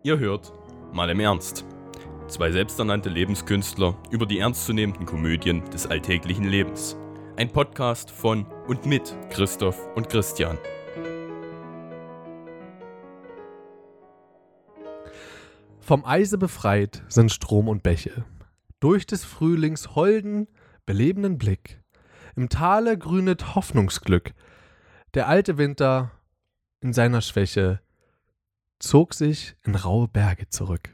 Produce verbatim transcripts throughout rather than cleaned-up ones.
Ihr hört Mal im Ernst. Zwei selbsternannte Lebenskünstler über die ernstzunehmenden Komödien des alltäglichen Lebens. Ein Podcast von und mit Christoph und Christian. Vom Eise befreit sind Strom und Bäche. Durch des Frühlings holden, belebenden Blick. Im Tale grünet Hoffnungsglück. Der alte Winter in seiner Schwäche zog sich in raue Berge zurück.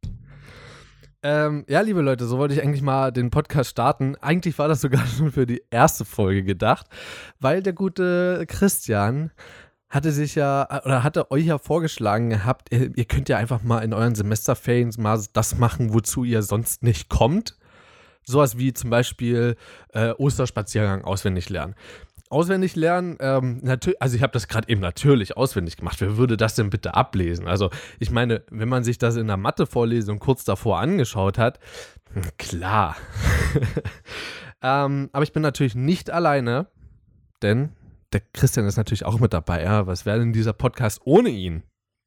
Ähm, ja, liebe Leute, so wollte ich eigentlich mal den Podcast starten. Eigentlich war das sogar schon für die erste Folge gedacht, weil der gute Christian hatte sich ja, oder hatte euch ja vorgeschlagen gehabt, ihr, ihr könnt ja einfach mal in euren Semesterferien mal das machen, wozu ihr sonst nicht kommt. Sowas wie zum Beispiel äh, Osterspaziergang auswendig lernen. Auswendig lernen, ähm, natürlich, also ich habe das gerade eben natürlich auswendig gemacht. Wer würde das denn bitte ablesen? Also ich meine, wenn man sich das in der Mathe-Vorlesung kurz davor angeschaut hat, klar. ähm, aber ich bin natürlich nicht alleine, denn der Christian ist natürlich auch mit dabei. Ja, was wäre denn dieser Podcast ohne ihn?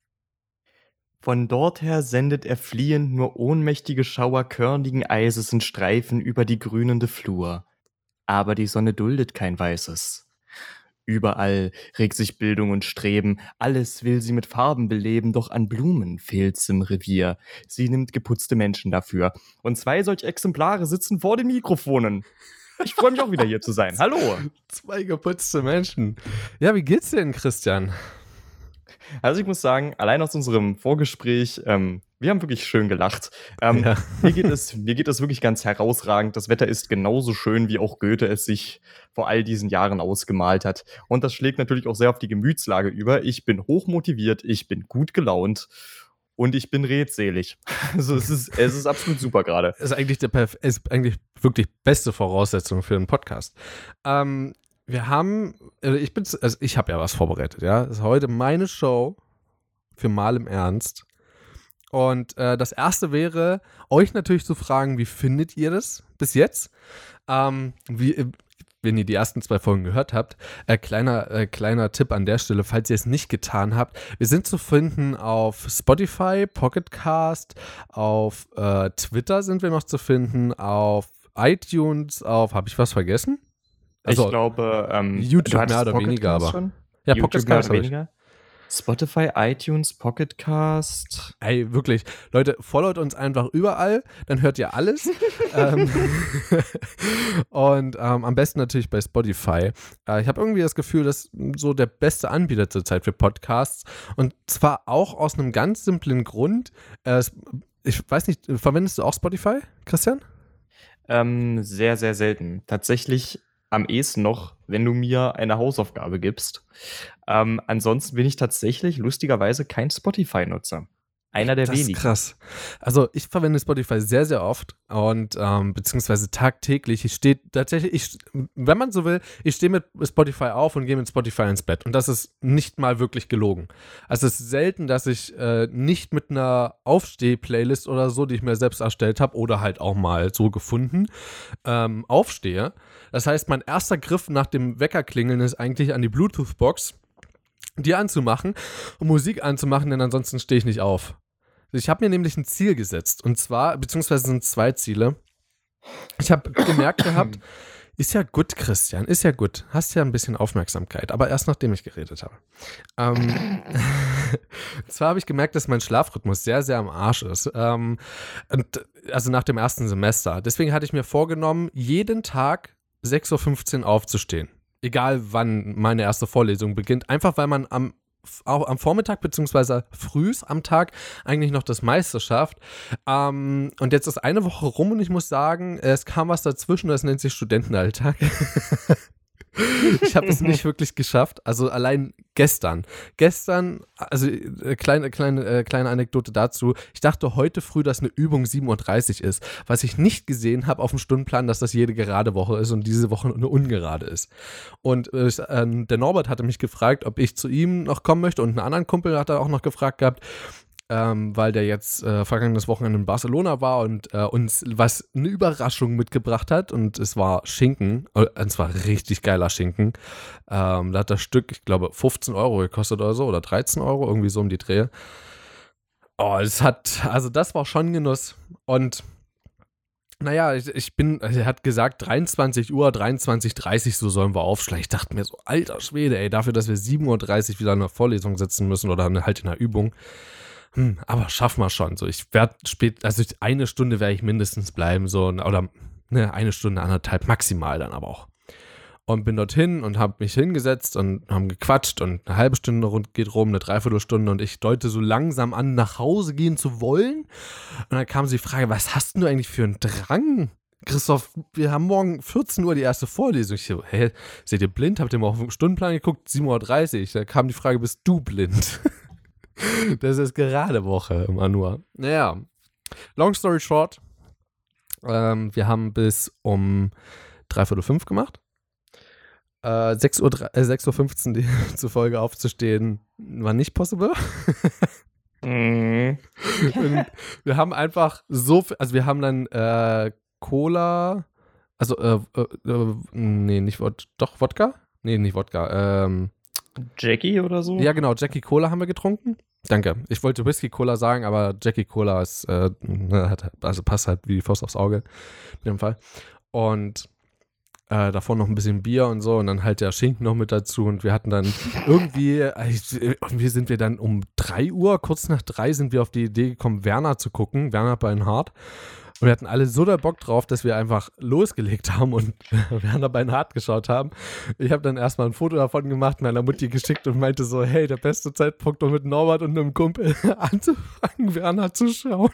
Von dorther sendet er fliehend nur ohnmächtige Schauer körnigen Eises in Streifen über die grünende Flur. Aber die Sonne duldet kein Weißes. Überall regt sich Bildung und Streben, alles will sie mit Farben beleben, doch an Blumen fehlt's im Revier. Sie nimmt geputzte Menschen dafür. Und zwei solch Exemplare sitzen vor den Mikrofonen. Ich freue mich auch wieder hier zu sein. Hallo. Zwei geputzte Menschen. Ja, wie geht's denn, Christian? Also ich muss sagen, allein aus unserem Vorgespräch, ähm, wir haben wirklich schön gelacht. Ähm, Ja. mir geht es, mir geht es wirklich ganz herausragend. Das Wetter ist genauso schön, wie auch Goethe es sich vor all diesen Jahren ausgemalt hat. Und das schlägt natürlich auch sehr auf die Gemütslage über. Ich bin hochmotiviert, ich bin gut gelaunt und ich bin redselig. Also es ist, es ist absolut super gerade. Ist eigentlich, der Perf- ist eigentlich wirklich beste Voraussetzung für einen Podcast. Ähm, wir haben, also ich bin, also ich habe ja was vorbereitet, ja. Das ist heute meine Show für Mal im Ernst. Und äh, das erste wäre, euch natürlich zu fragen, wie findet ihr das bis jetzt? Ähm, wie, wenn ihr die ersten zwei Folgen gehört habt, äh, kleiner, äh, kleiner Tipp an der Stelle, falls ihr es nicht getan habt. Wir sind zu finden auf Spotify, Pocket Cast, auf äh, Twitter sind wir noch zu finden, auf iTunes, auf, habe ich was vergessen? Also, ich glaube, ähm, YouTube du hattest mehr oder Pocket weniger, Cast aber- schon? Ja, YouTube Pocket mehr Cast oder hab ich. weniger. Spotify, iTunes, Pocket Cast. Ey, wirklich. Leute, followt uns einfach überall, dann hört ihr alles. ähm, und ähm, am besten natürlich bei Spotify. Äh, ich habe irgendwie das Gefühl, das ist so der beste Anbieter zurzeit für Podcasts. Und zwar auch aus einem ganz simplen Grund. Äh, es- ich weiß nicht, verwendest du auch Spotify, Christian? Ähm, sehr, sehr selten. Tatsächlich am ehesten noch, wenn du mir eine Hausaufgabe gibst. Ähm, ansonsten bin ich tatsächlich lustigerweise kein Spotify-Nutzer. Einer der Das ist wenigen. krass. Also ich verwende Spotify sehr, sehr oft und ähm, beziehungsweise tagtäglich. Ich stehe tatsächlich, ich, wenn man so will, ich stehe mit Spotify auf und gehe mit Spotify ins Bett. Und das ist nicht mal wirklich gelogen. Also es ist selten, dass ich äh, nicht mit einer Aufsteh-Playlist oder so, die ich mir selbst erstellt habe oder halt auch mal so gefunden, ähm, aufstehe. Das heißt, mein erster Griff nach dem Weckerklingeln ist eigentlich an die Bluetooth-Box, die anzumachen und Musik anzumachen, denn ansonsten stehe ich nicht auf. Ich habe mir nämlich ein Ziel gesetzt und zwar, beziehungsweise sind zwei Ziele. Ich habe gemerkt gehabt, ist ja gut, Christian, ist ja gut, hast ja ein bisschen Aufmerksamkeit, aber erst nachdem ich geredet habe. Ähm, und zwar habe ich gemerkt, dass mein Schlafrhythmus sehr, sehr am Arsch ist. Ähm, und, also nach dem ersten Semester. Deswegen hatte ich mir vorgenommen, jeden Tag sechs Uhr fünfzehn aufzustehen. Egal wann meine erste Vorlesung beginnt. Einfach weil man am, auch am Vormittag beziehungsweise frühs am Tag eigentlich noch das meiste schafft. Ähm, und jetzt ist eine Woche rum und ich muss sagen, es kam was dazwischen, das nennt sich Studentenalltag. Ich habe es nicht wirklich geschafft. Also allein gestern. Gestern, also äh, kleine, kleine, äh, kleine Anekdote dazu. Ich dachte heute früh, dass eine Übung sieben Uhr dreißig ist. Was ich nicht gesehen habe auf dem Stundenplan, dass das jede gerade Woche ist und diese Woche eine ungerade ist. Und äh, äh, der Norbert hatte mich gefragt, ob ich zu ihm noch kommen möchte. Und einen anderen Kumpel hat er auch noch gefragt gehabt, ähm, weil der jetzt äh, vergangenes Wochenende in Barcelona war und äh, uns was eine Überraschung mitgebracht hat und es war Schinken, äh, es war richtig geiler Schinken. Ähm, da hat das Stück, ich glaube, fünfzehn Euro gekostet oder so oder dreizehn Euro, irgendwie so um die Dreh. Oh, es hat, also das war schon Genuss. Und naja, ich, ich bin, er hat gesagt, dreiundzwanzig Uhr, dreiundzwanzig Uhr dreißig, so sollen wir aufschlagen. Ich dachte mir so, alter Schwede, ey, dafür, dass wir sieben Uhr dreißig wieder in einer Vorlesung sitzen müssen oder halt in einer Übung. Hm, aber schaffen wir schon. So, ich werde spät, also eine Stunde werde ich mindestens bleiben, so, oder ne, eine Stunde, anderthalb maximal dann aber auch. Und bin dorthin und habe mich hingesetzt und haben gequatscht und eine halbe Stunde rund geht rum, eine Dreiviertelstunde und ich deute so langsam an, nach Hause gehen zu wollen. Und dann kam so die Frage, was hast denn du eigentlich für einen Drang? Christoph, wir haben morgen vierzehn Uhr die erste Vorlesung. Ich so, hä, seid ihr blind? Habt ihr mal auf den Stundenplan geguckt? sieben Uhr dreißig. Da kam die Frage, bist du blind? Das ist gerade Woche immer nur. Naja, long story short, ähm, wir haben bis um dreiviertel fünf gemacht. Äh, sechs Uhr fünfzehn die, zur Folge aufzustehen, war nicht possible. Mm. Und wir haben einfach so viel, also wir haben dann äh, Cola, also äh, äh, nee, nicht Wod- doch Wodka? Nee, nicht Wodka. Ähm, Jackie oder so? ja, genau, Jackie Cola haben wir getrunken. Danke. Ich wollte Whisky Cola sagen, aber Jackie Cola ist, äh, hat, also passt halt wie die Faust aufs Auge in dem Fall. Und Äh, davor noch ein bisschen Bier und so und dann halt der Schinken noch mit dazu und wir hatten dann irgendwie, irgendwie sind wir dann um drei Uhr, kurz nach drei sind wir auf die Idee gekommen, Werner zu gucken, Werner Beinhardt. Und wir hatten alle so der Bock drauf, dass wir einfach losgelegt haben und Werner Beinhardt geschaut haben. Ich habe dann erstmal ein Foto davon gemacht, meiner Mutti geschickt und meinte so, hey, der beste Zeitpunkt, um mit Norbert und einem Kumpel anzufangen, Werner zu schauen.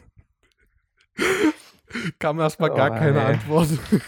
Kam erstmal gar Oh, keine ey. Antwort.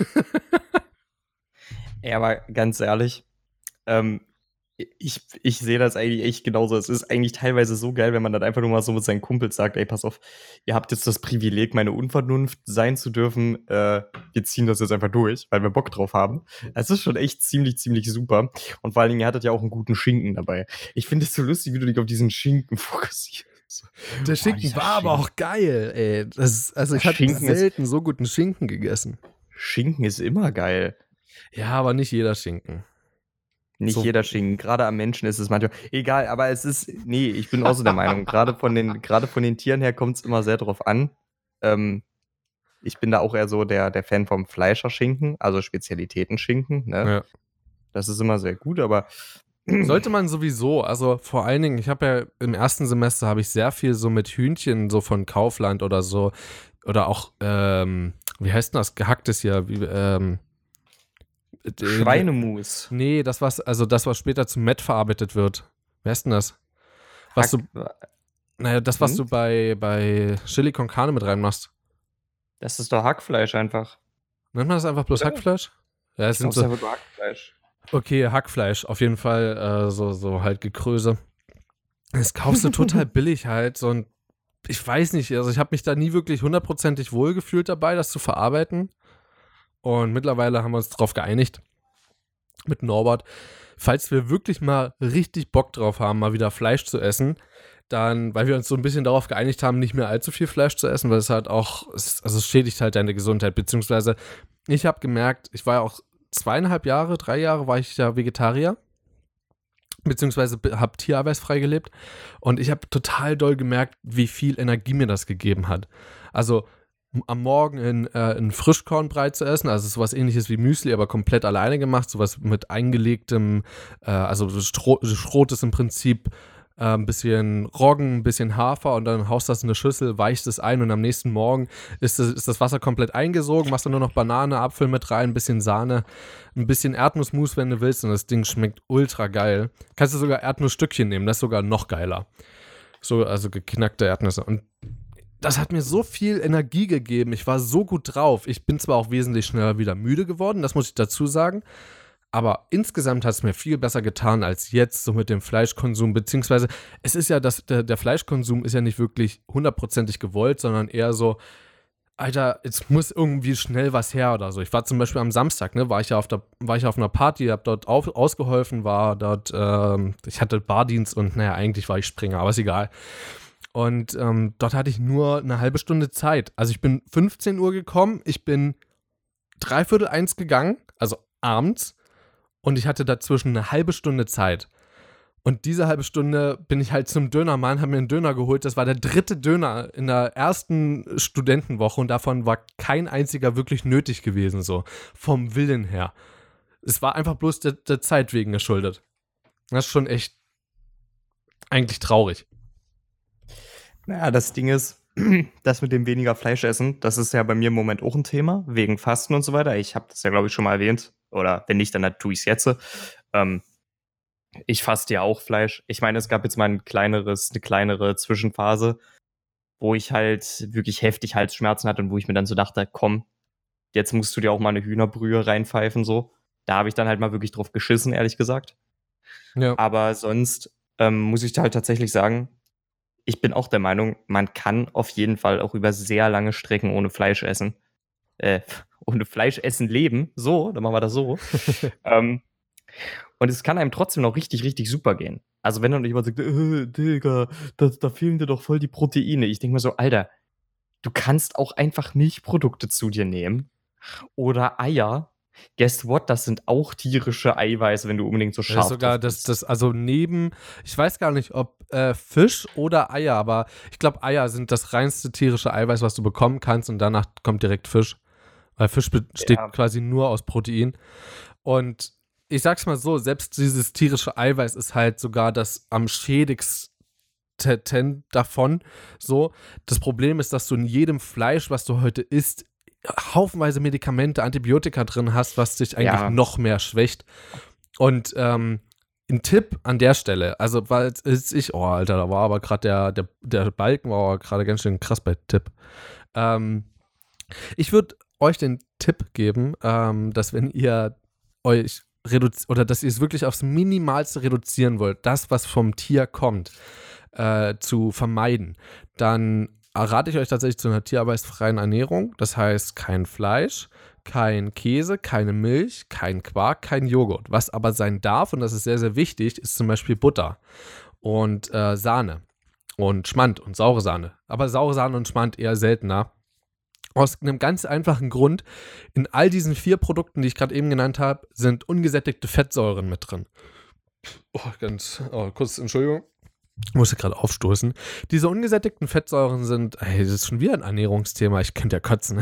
Ja, aber ganz ehrlich, ähm, ich, ich sehe das eigentlich echt genauso. Es ist eigentlich teilweise so geil, wenn man dann einfach nur mal so mit seinen Kumpels sagt, ey, pass auf, ihr habt jetzt das Privileg, meine Unvernunft sein zu dürfen. Äh, wir ziehen das jetzt einfach durch, weil wir Bock drauf haben. Es ist schon echt ziemlich, ziemlich super. Und vor allen Dingen, ihr hattet ja auch einen guten Schinken dabei. Ich finde es so lustig, wie du dich auf diesen Schinken fokussierst. Der Oh, Schinken dieser war aber Schinken. auch geil, ey. Das ist, also ich Der habe Schinken ist- selten so guten Schinken gegessen. Schinken ist immer geil. Ja, aber nicht jeder Schinken. Nicht So- jeder Schinken. Gerade am Menschen ist es manchmal. Egal, aber es ist. Nee, ich bin auch so der Meinung. Gerade von den, gerade von den Tieren her kommt es immer sehr drauf an. Ähm, ich bin da auch eher so der, der Fan vom Fleischerschinken, also Spezialitätenschinken. Ne? Ja. Das ist immer sehr gut, aber. Sollte man sowieso, also vor allen Dingen, ich habe ja im ersten Semester habe ich sehr viel so mit Hühnchen so von Kaufland oder so oder auch, ähm, wie heißt denn das, gehacktes hier, wie, ähm, äh, Schweinemus. Nee, das was, also das, was später zu Mett verarbeitet wird. Wie heißt denn das? Was du, naja, das, was Hm? du bei, bei Chili con Carne mit reinmachst. Das ist doch Hackfleisch einfach. Nennt man das einfach bloß Ja. Hackfleisch? Ja, es Ich glaub, sind es ist so, einfach nur Hackfleisch. okay, Hackfleisch, auf jeden Fall äh, so, so halt Gekröse. Das kaufst du total billig halt, so ein, ich weiß nicht, also ich habe mich da nie wirklich hundertprozentig wohlgefühlt dabei, das zu verarbeiten. Und mittlerweile haben wir uns darauf geeinigt mit Norbert, falls wir wirklich mal richtig Bock drauf haben, mal wieder Fleisch zu essen, dann, weil wir uns so ein bisschen darauf geeinigt haben, nicht mehr allzu viel Fleisch zu essen, weil es halt auch, es, also es schädigt halt deine Gesundheit, beziehungsweise ich habe gemerkt, ich war ja auch zweieinhalb Jahre, drei Jahre war ich ja Vegetarier, beziehungsweise habe tierarbeitsfrei gelebt und ich habe total doll gemerkt, wie viel Energie mir das gegeben hat. Also m- am Morgen in, äh, ein Frischkornbrei zu essen, also sowas ähnliches wie Müsli, aber komplett alleine gemacht, sowas mit eingelegtem, äh, also Stroh, Schrot ist im Prinzip äh, ein bisschen Roggen, ein bisschen Hafer und dann haust das in eine Schüssel, weichst es ein und am nächsten Morgen ist das, ist das Wasser komplett eingesogen, machst dann nur noch Banane, Apfel mit rein, ein bisschen Sahne, ein bisschen Erdnussmus, wenn du willst und das Ding schmeckt ultra geil. Kannst du sogar Erdnussstückchen nehmen, das ist sogar noch geiler. So, also geknackte Erdnüsse und das hat mir so viel Energie gegeben, ich war so gut drauf. Ich bin zwar auch wesentlich schneller wieder müde geworden, das muss ich dazu sagen, aber insgesamt hat es mir viel besser getan als jetzt so mit dem Fleischkonsum, beziehungsweise es ist ja, das, der, der Fleischkonsum ist ja nicht wirklich hundertprozentig gewollt, sondern eher so, Alter, jetzt muss irgendwie schnell was her oder so. Ich war zum Beispiel am Samstag, ne, war ich ja auf der, war ich auf einer Party, hab dort auf, ausgeholfen, war dort, ähm, ich hatte Bardienst und naja, eigentlich war ich Springer, aber ist egal. Und ähm, dort hatte ich nur eine halbe Stunde Zeit. Also ich bin fünfzehn Uhr gekommen, ich bin dreiviertel eins gegangen, also abends, und ich hatte dazwischen eine halbe Stunde Zeit. Und diese halbe Stunde bin ich halt zum Dönermann, habe mir einen Döner geholt. Das war der dritte Döner in der ersten Studentenwoche und davon war kein einziger wirklich nötig gewesen, so vom Willen her. Es war einfach bloß der, der Zeit wegen geschuldet. Das ist schon echt eigentlich traurig. Naja, das Ding ist, das mit dem weniger Fleisch essen, das ist ja bei mir im Moment auch ein Thema, wegen Fasten und so weiter. Ich habe das ja, glaube ich, schon mal erwähnt. Oder wenn nicht, dann tue ich es jetzt. Ähm, ich faste ja auch Fleisch. Ich meine, es gab jetzt mal ein kleineres, eine kleinere Zwischenphase, wo ich halt wirklich heftig Halsschmerzen hatte und wo ich mir dann so dachte, komm, jetzt musst du dir auch mal eine Hühnerbrühe reinpfeifen, so. Da habe ich dann halt mal wirklich drauf geschissen, ehrlich gesagt. Ja. Aber sonst ähm, muss ich halt tatsächlich sagen, ich bin auch der Meinung, man kann auf jeden Fall auch über sehr lange Strecken ohne Fleisch essen. Äh, ohne Fleisch essen leben. So, dann machen wir das so. ähm, und es kann einem trotzdem noch richtig, richtig super gehen. Also wenn dann jemand sagt, äh, Digga, da, da fehlen dir doch voll die Proteine. Ich denke mir so, Alter, du kannst auch einfach Milchprodukte zu dir nehmen. Oder Eier. Guess what? Das sind auch tierische Eiweiße, wenn du unbedingt so scharf Das ist sogar drauf das, bist. das, also neben, ich weiß gar nicht, ob äh, Fisch oder Eier, aber ich glaube, Eier sind das reinste tierische Eiweiß, was du bekommen kannst und danach kommt direkt Fisch. Weil Fisch besteht Ja. quasi nur aus Protein. Und ich sag's mal so, selbst dieses tierische Eiweiß ist halt sogar das am schädigsten davon. So, das Problem ist, dass du in jedem Fleisch, was du heute isst, haufenweise Medikamente, Antibiotika drin hast, was dich eigentlich Ja. noch mehr schwächt. Und ähm, ein Tipp an der Stelle, also weil jetzt ich, oh Alter, da war aber gerade der, der, der Balken war aber gerade ganz schön krass bei Tipp. Ähm, ich würde euch den Tipp geben, ähm, dass wenn ihr euch reduziert, oder dass ihr es wirklich aufs Minimalste reduzieren wollt, das, was vom Tier kommt, äh, zu vermeiden, dann rate ich euch tatsächlich zu einer tierarbeitsfreien Ernährung. Das heißt, kein Fleisch, kein Käse, keine Milch, kein Quark, kein Joghurt. Was aber sein darf, und das ist sehr, sehr wichtig, ist zum Beispiel Butter und äh, Sahne und Schmand und saure Sahne. Aber saure Sahne und Schmand eher seltener. Aus einem ganz einfachen Grund, in all diesen vier Produkten, die ich gerade eben genannt habe, sind ungesättigte Fettsäuren mit drin. Oh, ganz, oh, kurz, Entschuldigung. Ich musste gerade aufstoßen. Diese ungesättigten Fettsäuren sind, ey, das ist schon wieder ein Ernährungsthema, ich könnte ja kotzen.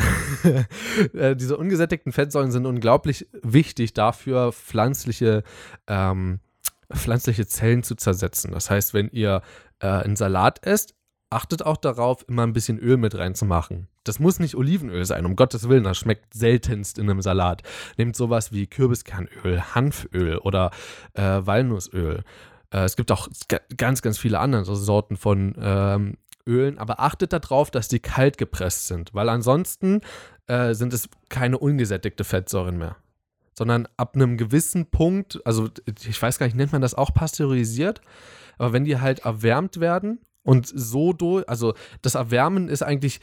äh, diese ungesättigten Fettsäuren sind unglaublich wichtig dafür, pflanzliche, ähm, pflanzliche Zellen zu zersetzen. Das heißt, wenn ihr äh, einen Salat esst, achtet auch darauf, immer ein bisschen Öl mit reinzumachen. Das muss nicht Olivenöl sein, um Gottes Willen, das schmeckt seltenst in einem Salat. Nehmt sowas wie Kürbiskernöl, Hanföl oder äh, Walnussöl. Es gibt auch ganz, ganz viele andere Sorten von ähm, Ölen, aber achtet darauf, dass die kalt gepresst sind, weil ansonsten äh, sind es keine ungesättigte Fettsäuren mehr. Sondern ab einem gewissen Punkt, also ich weiß gar nicht, nennt man das auch pasteurisiert, aber wenn die halt erwärmt werden und so durch, also das Erwärmen ist eigentlich,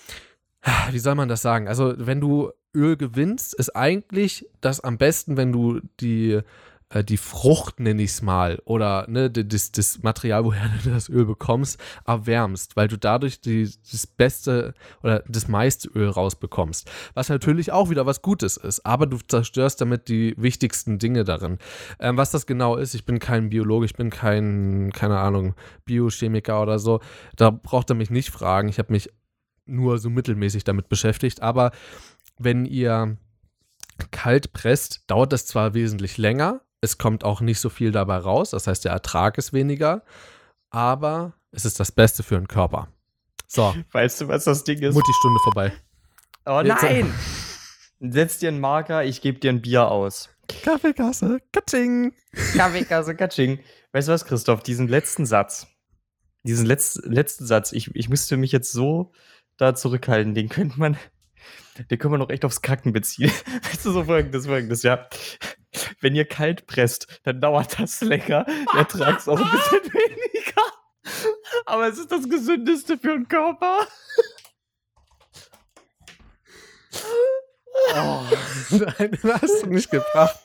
wie soll man das sagen? Also wenn du Öl gewinnst, ist eigentlich das am besten, wenn du die die Frucht, nenne ich es mal, oder ne, das, das Material, woher du das Öl bekommst, erwärmst, weil du dadurch die, das beste oder das meiste Öl rausbekommst. Was natürlich auch wieder was Gutes ist, aber du zerstörst damit die wichtigsten Dinge darin. Ähm, was das genau ist, ich bin kein Biologe, ich bin kein, keine Ahnung, Biochemiker oder so, da braucht ihr mich nicht fragen, ich habe mich nur so mittelmäßig damit beschäftigt, aber wenn ihr kalt presst, dauert das zwar wesentlich länger, es kommt auch nicht so viel dabei raus, das heißt, der Ertrag ist weniger, aber es ist das Beste für den Körper. So. Weißt du, was das Ding ist? Mutti-Stunde vorbei. Oh Jetzt- nein! Setz dir einen Marker, ich gebe dir ein Bier aus. Kaffeekasse, Katsching. Kaffeekasse, Katsching. Weißt du was, Christoph? Diesen letzten Satz, diesen letz, letzten Satz, ich, ich müsste mich jetzt so da zurückhalten, den könnte man, den können wir noch echt aufs Kacken beziehen. Weißt du, so folgendes, folgendes, ja. Wenn ihr kalt presst, dann dauert das länger, der Ertrag ist auch ein bisschen weniger. Aber es ist das Gesündeste für den Körper. Oh, nein, den hast du nicht gebracht.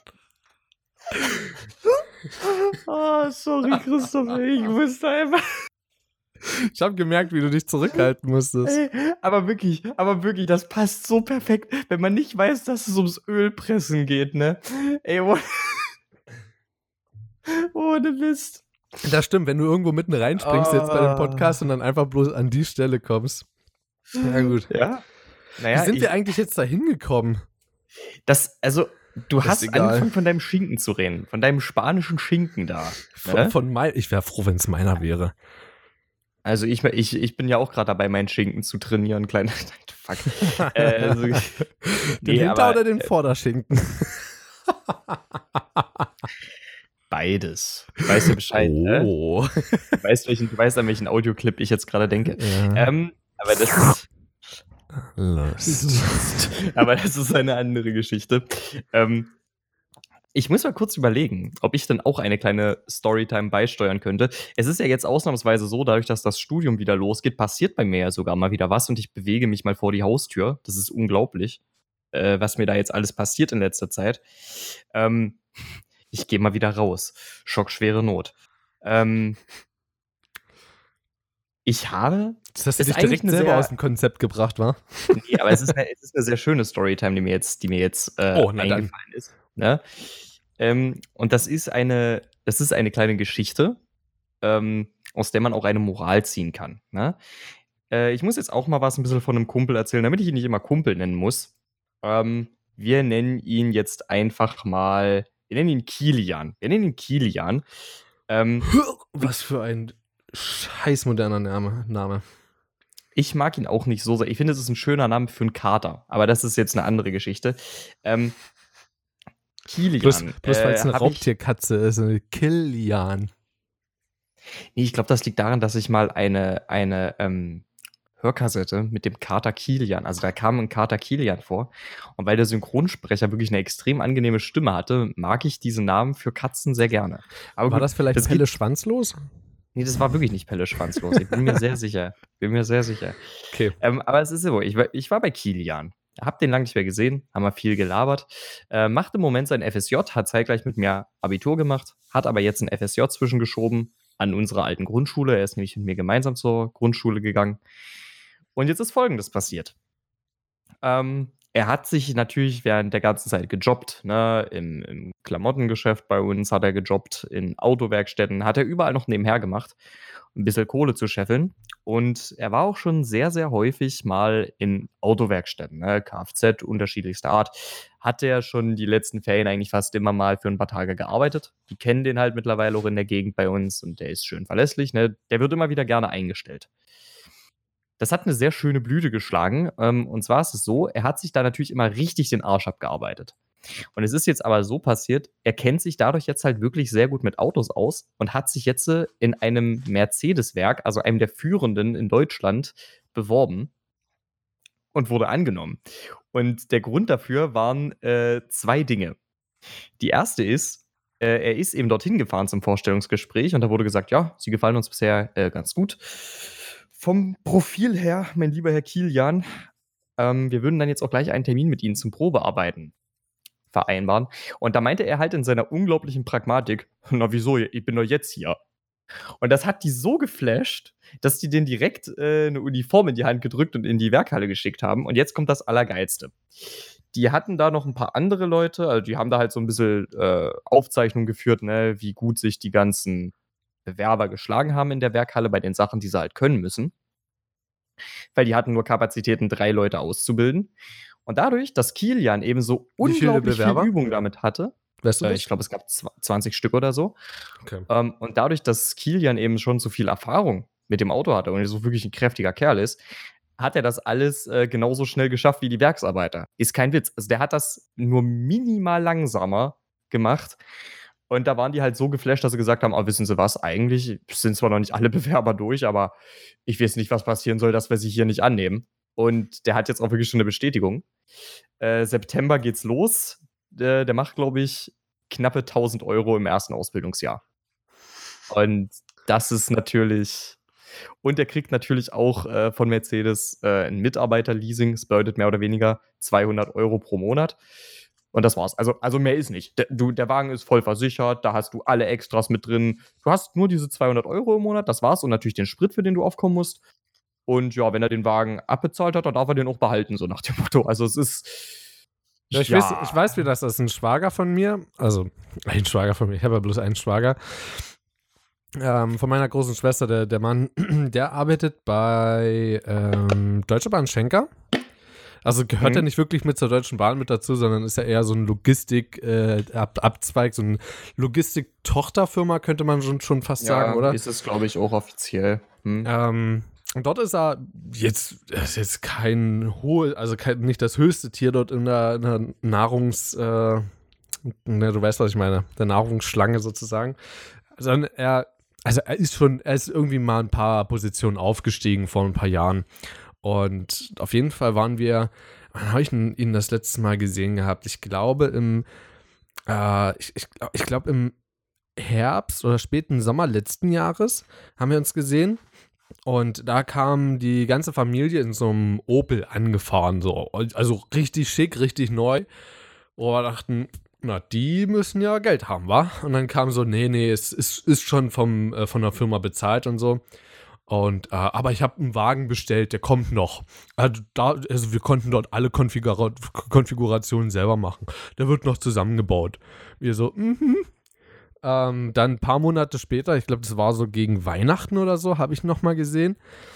Oh, sorry, Christoph, ich wusste einfach. Ich habe gemerkt, wie du dich zurückhalten musstest. Ey, aber wirklich, aber wirklich, das passt so perfekt, wenn man nicht weiß, dass es ums Ölpressen geht, ne? Ey, ohne, ohne Mist. Das stimmt, wenn du irgendwo mitten reinspringst jetzt bei dem Ah. Podcast und dann einfach bloß an die Stelle kommst. Ja, gut. Ja? Wie Naja, sind ich, wir eigentlich jetzt da hingekommen? das, also, du Ist hast egal. angefangen von deinem Schinken zu reden, von deinem spanischen Schinken da. Von, Ne? von mein, ich wäre froh, wenn es meiner wäre. Also ich, ich, ich bin ja auch gerade dabei, meinen Schinken zu trainieren, kleiner. Fuck. äh, also, Den nee, Hinter- aber, oder den äh, Vorderschinken? Beides. Weißt du Bescheid, ne? Oh. Du weißt, welchen, du weißt, an welchen Audioclip ich jetzt gerade denke. Ja. Ähm, aber das ist, Lust. aber das ist eine andere Geschichte. Ähm, ich muss mal kurz überlegen, ob ich dann auch eine kleine Storytime beisteuern könnte. Es ist ja jetzt ausnahmsweise so, dadurch, dass das Studium wieder losgeht, passiert bei mir ja sogar mal wieder was und ich bewege mich mal vor die Haustür. Das ist unglaublich, äh, was mir da jetzt alles passiert in letzter Zeit. Ähm, ich gehe mal wieder raus. Schockschwere Not. Ähm, ich habe Das hast du Ist dich eigentlich direkt eine selber sehr- aus dem Konzept gebracht, wa? Nee, aber es ist, eine, es ist eine sehr schöne Storytime, die mir jetzt, die mir jetzt äh, Oh, na dann. eingefallen ist. Ne? Ähm, und das ist eine, das ist eine kleine Geschichte, ähm, aus der man auch eine Moral ziehen kann. Ne? Äh, ich muss jetzt auch mal was ein bisschen von einem Kumpel erzählen, damit ich ihn nicht immer Kumpel nennen muss. Ähm, wir nennen ihn jetzt einfach mal, wir nennen ihn Kilian. Wir nennen ihn Kilian. Ähm, Was für ein scheiß moderner Name. Name. Ich mag ihn auch nicht so sehr. Ich finde, es ist ein schöner Name für einen Kater. Aber das ist jetzt eine andere Geschichte. Ähm, Kilian. Bloß, bloß weil es äh, eine hab ich, Raubtierkatze ist, eine Kilian. nee, ich glaube, das liegt daran, dass ich mal eine, eine ähm, Hörkassette mit dem Kater Kilian, also da kam ein Kater Kilian vor. Und weil der Synchronsprecher wirklich eine extrem angenehme Stimme hatte, mag ich diesen Namen für Katzen sehr gerne. Aber War gut, das vielleicht das Pelle geht- Schwanzlos? Nee, das war wirklich nicht Pelle Schwanzlos. Ich bin mir sehr sicher. Bin mir sehr sicher. Okay. Ähm, aber es ist so, ich war, ich war bei Kilian. Hab den lange nicht mehr gesehen, haben wir viel gelabert. Äh, macht im Moment sein F S J, hat zeitgleich mit mir Abitur gemacht, hat aber jetzt ein F S J zwischengeschoben an unserer alten Grundschule. Er ist nämlich mit mir gemeinsam zur Grundschule gegangen. Und jetzt ist Folgendes passiert. Ähm, er hat sich natürlich während der ganzen Zeit gejobbt, ne? Im, im Klamottengeschäft bei uns hat er gejobbt, in Autowerkstätten, hat er überall noch nebenher gemacht, um ein bisschen Kohle zu scheffeln. Und er war auch schon sehr, sehr häufig mal in Autowerkstätten, ne? Kfz unterschiedlichster Art. Hat er schon die letzten Ferien eigentlich fast immer mal für ein paar Tage gearbeitet. Die kennen den halt mittlerweile auch in der Gegend bei uns und der ist schön verlässlich, ne? Der wird immer wieder gerne eingestellt. Das hat eine sehr schöne Blüte geschlagen. Ähm, und zwar ist es so, er hat sich da natürlich immer richtig den Arsch abgearbeitet. Und es ist jetzt aber so passiert, er kennt sich dadurch jetzt halt wirklich sehr gut mit Autos aus und hat sich jetzt äh, in einem Mercedes-Werk, also einem der führenden in Deutschland, beworben und wurde angenommen. Und der Grund dafür waren äh, zwei Dinge. Die erste ist, äh, er ist eben dorthin gefahren zum Vorstellungsgespräch und da wurde gesagt, ja, Sie gefallen uns bisher äh, ganz gut. Vom Profil her, mein lieber Herr Kilian, ähm, wir würden dann jetzt auch gleich einen Termin mit Ihnen zum Probearbeiten vereinbaren. Und da meinte er halt in seiner unglaublichen Pragmatik, na wieso, ich bin doch jetzt hier. Und das hat die so geflasht, dass die den direkt äh, eine Uniform in die Hand gedrückt und in die Werkhalle geschickt haben. Und jetzt kommt das Allergeilste. Die hatten da noch ein paar andere Leute, also die haben da halt so ein bisschen äh, Aufzeichnungen geführt, ne, wie gut sich die ganzen Bewerber geschlagen haben in der Werkhalle bei den Sachen, die sie halt können müssen. Weil die hatten nur Kapazitäten, drei Leute auszubilden. Und dadurch, dass Kilian eben so Wie viele unglaublich viel Bewerber? Übung damit hatte, Weißt du äh, das? ich glaube, es gab zwanzig Stück oder so, Okay. ähm, und dadurch, dass Kilian eben schon so viel Erfahrung mit dem Auto hatte und so wirklich ein kräftiger Kerl ist, hat er das alles äh, genauso schnell geschafft wie die Werksarbeiter. Ist kein Witz. Also der hat das nur minimal langsamer gemacht. Und da waren die halt so geflasht, dass sie gesagt haben, oh, wissen Sie was, eigentlich sind zwar noch nicht alle Bewerber durch, aber ich weiß nicht, was passieren soll, dass wir sie hier nicht annehmen. Und der hat jetzt auch wirklich schon eine Bestätigung. Äh, September geht's los. Der, der macht, glaube ich, knappe tausend Euro im ersten Ausbildungsjahr. Und das ist natürlich... Und er kriegt natürlich auch äh, von Mercedes äh, ein Mitarbeiterleasing. Das bedeutet mehr oder weniger zweihundert Euro pro Monat. Und das war's. Also, also mehr ist nicht. Der, du, der Wagen ist voll versichert, da hast du alle Extras mit drin. Du hast nur diese zweihundert Euro im Monat, das war's. Und natürlich den Sprit, für den du aufkommen musst. Und ja, wenn er den Wagen abbezahlt hat, dann darf er den auch behalten, so nach dem Motto. Also es ist... Ja, ich, Weiß, ich weiß, wie das ist. Ein Schwager von mir, also ein Schwager von mir, ich habe ja bloß einen Schwager, ähm, von meiner großen Schwester, der, der Mann, der arbeitet bei ähm, Deutsche Bahn Schenker. Also gehört Mhm. er nicht wirklich mit zur Deutschen Bahn mit dazu, sondern ist ja eher so ein Logistik-Abzweig, so ein Logistik-Tochterfirma, könnte man schon, schon fast sagen, oder? ist es, glaube ich, auch offiziell. Hm. Ähm, und dort ist er jetzt, er ist jetzt kein hohe, also kein, nicht das höchste Tier dort in der, in der Nahrungs, äh, ne, du weißt, was ich meine, der Nahrungsschlange sozusagen. Sondern er, also er ist schon, er ist irgendwie mal ein paar Positionen aufgestiegen vor ein paar Jahren. Und auf jeden Fall waren wir, wann habe ich ihn das letzte Mal gesehen gehabt? Ich glaube im, äh, ich, ich, ich glaube im Herbst oder späten Sommer letzten Jahres haben wir uns gesehen. Und da kam die ganze Familie in so einem Opel angefahren, so. Also richtig schick, richtig neu. Wo wir dachten, na, die müssen ja Geld haben, wa? Und dann kam so, nee, nee, es ist, ist schon vom, äh, von der Firma bezahlt und so. Und, äh, aber ich habe einen Wagen bestellt, der kommt noch. Also, da, also wir konnten dort alle Konfigura- Konfigurationen selber machen. Der wird noch zusammengebaut. Wir so, mhm. Ähm, dann ein paar Monate später, ich glaube, das war so gegen Weihnachten oder so, habe ich nochmal gesehen.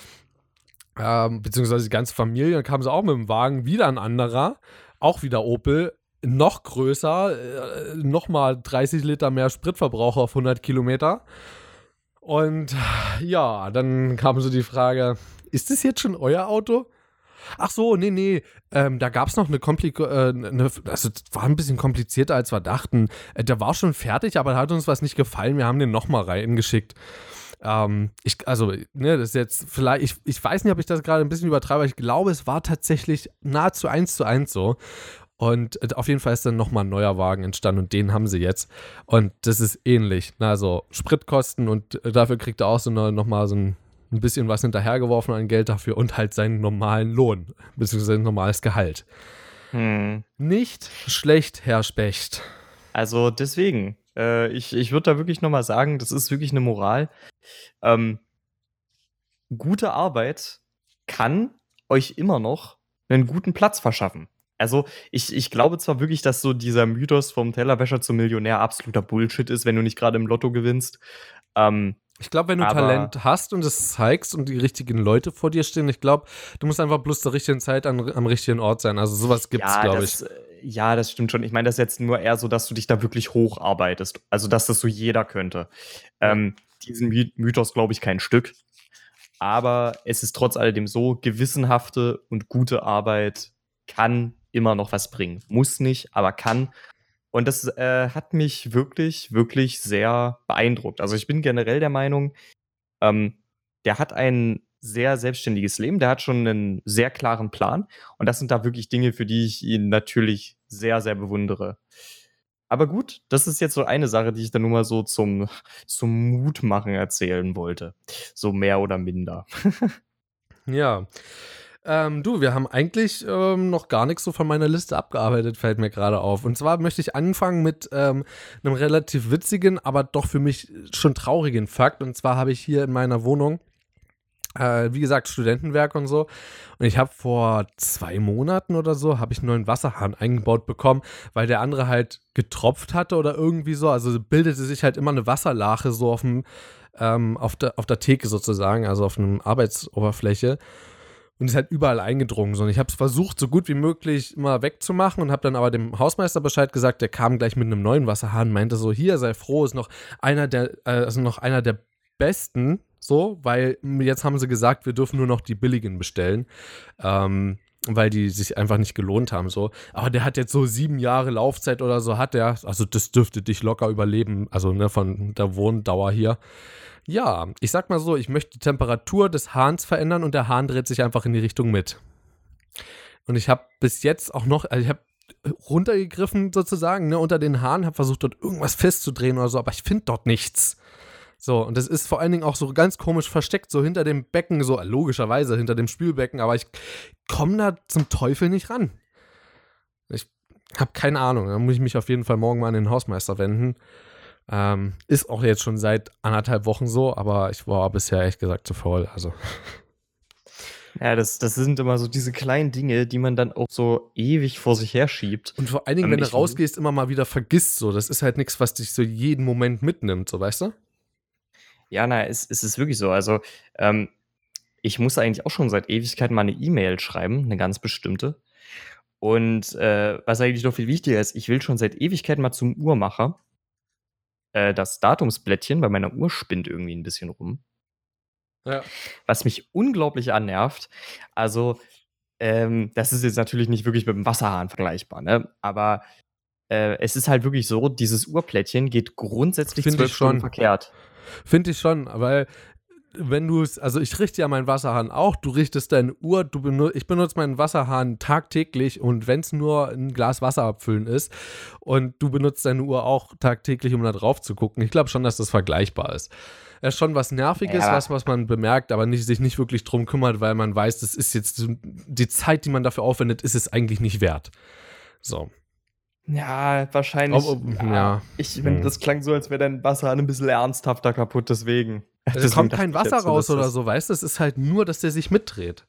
Ähm, beziehungsweise die ganze Familie, dann kam sie auch mit dem Wagen, wieder ein anderer, auch wieder Opel, noch größer, äh, nochmal dreißig Liter mehr Spritverbrauch auf hundert Kilometer. Und ja, dann kam so die Frage, ist das jetzt schon euer Auto? Ach so, nee, nee, ähm, da gab es noch eine Komplikation, äh, eine, also das war ein bisschen komplizierter, als wir dachten. Äh, der war schon fertig, aber da hat uns was nicht gefallen, wir haben den nochmal reingeschickt. Ähm, ich, also, ne, das ist jetzt vielleicht, ich, ich weiß nicht, ob ich das gerade ein bisschen übertreibe, aber ich glaube, es war tatsächlich nahezu eins zu eins so. Und äh, auf jeden Fall ist dann nochmal ein neuer Wagen entstanden und den haben sie jetzt. Und das ist ähnlich. Na, also Spritkosten und äh, dafür kriegt er auch so eine, nochmal so ein, ein bisschen was hinterhergeworfen an Geld dafür und halt seinen normalen Lohn, beziehungsweise ein normales Gehalt. Hm. Nicht schlecht, Herr Specht. Also deswegen, äh, ich, ich würde da wirklich nochmal sagen, das ist wirklich eine Moral. Ähm, gute Arbeit kann euch immer noch einen guten Platz verschaffen. Also ich, ich glaube zwar wirklich, dass so dieser Mythos vom Tellerwäscher zum Millionär absoluter Bullshit ist, wenn du nicht gerade im Lotto gewinnst. Ähm, Ich glaube, wenn du Aber- Talent hast und es zeigst und die richtigen Leute vor dir stehen, ich glaube, du musst einfach bloß zur richtigen Zeit an, am richtigen Ort sein. Also sowas gibt's, ja, glaube ich. das, äh, ja, das stimmt schon. Ich meine, das ist jetzt nur eher so, dass du dich da wirklich hocharbeitest. Also, dass das so jeder könnte. Ja. Ähm, diesen My- Mythos glaube ich kein Stück. Aber es ist trotz alledem so, gewissenhafte und gute Arbeit kann immer noch was bringen. Muss nicht, aber kann. Und das äh, hat mich wirklich, wirklich sehr beeindruckt. Also ich bin generell der Meinung, ähm, der hat ein sehr selbstständiges Leben, der hat schon einen sehr klaren Plan. Und das sind da wirklich Dinge, für die ich ihn natürlich sehr, sehr bewundere. Aber gut, das ist jetzt so eine Sache, die ich dann nur mal so zum, zum Mutmachen erzählen wollte. So mehr oder minder. Ja. Ähm, du, wir haben eigentlich ähm, noch gar nichts so von meiner Liste abgearbeitet, fällt mir gerade auf. Und zwar möchte ich anfangen mit ähm, einem relativ witzigen, aber doch für mich schon traurigen Fakt. Und zwar habe ich hier in meiner Wohnung, äh, wie gesagt, Studentenwerk und so. Und ich habe vor zwei Monaten oder so, habe ich einen neuen Wasserhahn eingebaut bekommen, weil der andere halt getropft hatte oder irgendwie so. Also bildete sich halt immer eine Wasserlache so auf dem, ähm, auf der, auf der Theke sozusagen, also auf einer Arbeitsoberfläche. Und ist halt überall eingedrungen. So. Und ich habe es versucht, so gut wie möglich immer wegzumachen und habe dann aber dem Hausmeister Bescheid gesagt, der kam gleich mit einem neuen Wasserhahn, meinte so, hier, sei froh, ist noch einer der, äh, also noch einer der besten, so, weil jetzt haben sie gesagt, wir dürfen nur noch die billigen bestellen, ähm, weil die sich einfach nicht gelohnt haben, so. Aber der hat jetzt so sieben Jahre Laufzeit oder so hat der, also das dürfte dich locker überleben, also ne, von der Wohndauer hier. Ja, ich sag mal so, ich möchte die Temperatur des Hahns verändern und der Hahn dreht sich einfach in die Richtung mit. Und ich habe bis jetzt auch noch, also ich habe runtergegriffen sozusagen, ne, unter den Hahn, habe versucht dort irgendwas festzudrehen oder so, aber ich finde dort nichts. So, und das ist vor allen Dingen auch so ganz komisch versteckt, so hinter dem Becken, so logischerweise hinter dem Spülbecken, aber ich komme da zum Teufel nicht ran. Ich habe keine Ahnung, da muss ich mich auf jeden Fall morgen mal an den Hausmeister wenden. Ähm, ist auch jetzt schon seit anderthalb Wochen so, aber ich war bisher ehrlich gesagt zu faul. Also. Ja, das, das sind immer so diese kleinen Dinge, die man dann auch so ewig vor sich herschiebt. Und vor allen Dingen, Ähm, wenn du ich- rausgehst, immer mal wieder vergisst. So. Das ist halt nichts, was dich so jeden Moment mitnimmt, so weißt du? Ja, na, es, es ist wirklich so. Also, ähm, ich muss eigentlich auch schon seit Ewigkeiten mal eine E-Mail schreiben, eine ganz bestimmte. Und äh, was eigentlich noch viel wichtiger ist, ich will schon seit Ewigkeiten mal zum Uhrmacher. Äh, das Datumsblättchen bei meiner Uhr spinnt irgendwie ein bisschen rum, Ja. was mich unglaublich annervt. Also, ähm, das ist jetzt natürlich nicht wirklich mit dem Wasserhahn vergleichbar, ne? Aber äh, es ist halt wirklich so, dieses Uhrplättchen geht grundsätzlich Finde ich zwölf Stunden schon. verkehrt. Finde ich schon, weil wenn du es, also ich richte ja meinen Wasserhahn auch, du richtest deine Uhr, du benu ich benutze meinen Wasserhahn tagtäglich und wenn es nur ein Glas Wasser abfüllen ist und du benutzt deine Uhr auch tagtäglich, um da drauf zu gucken, ich glaube schon, dass das vergleichbar ist. Es ist schon was Nerviges, Ja. was, was man bemerkt, aber nicht, sich nicht wirklich drum kümmert, weil man weiß, das ist jetzt so- die Zeit, die man dafür aufwendet, ist es eigentlich nicht wert. So. Ja, wahrscheinlich. Ob- ob- ja. ja. Ich, Hm. wenn, das klang so, als wäre dein Wasserhahn ein bisschen ernsthafter kaputt, deswegen. Da Deswegen kommt dachte kein ich Wasser jetzt raus dass oder das- so, weißt du? Es ist halt nur, dass der sich mitdreht.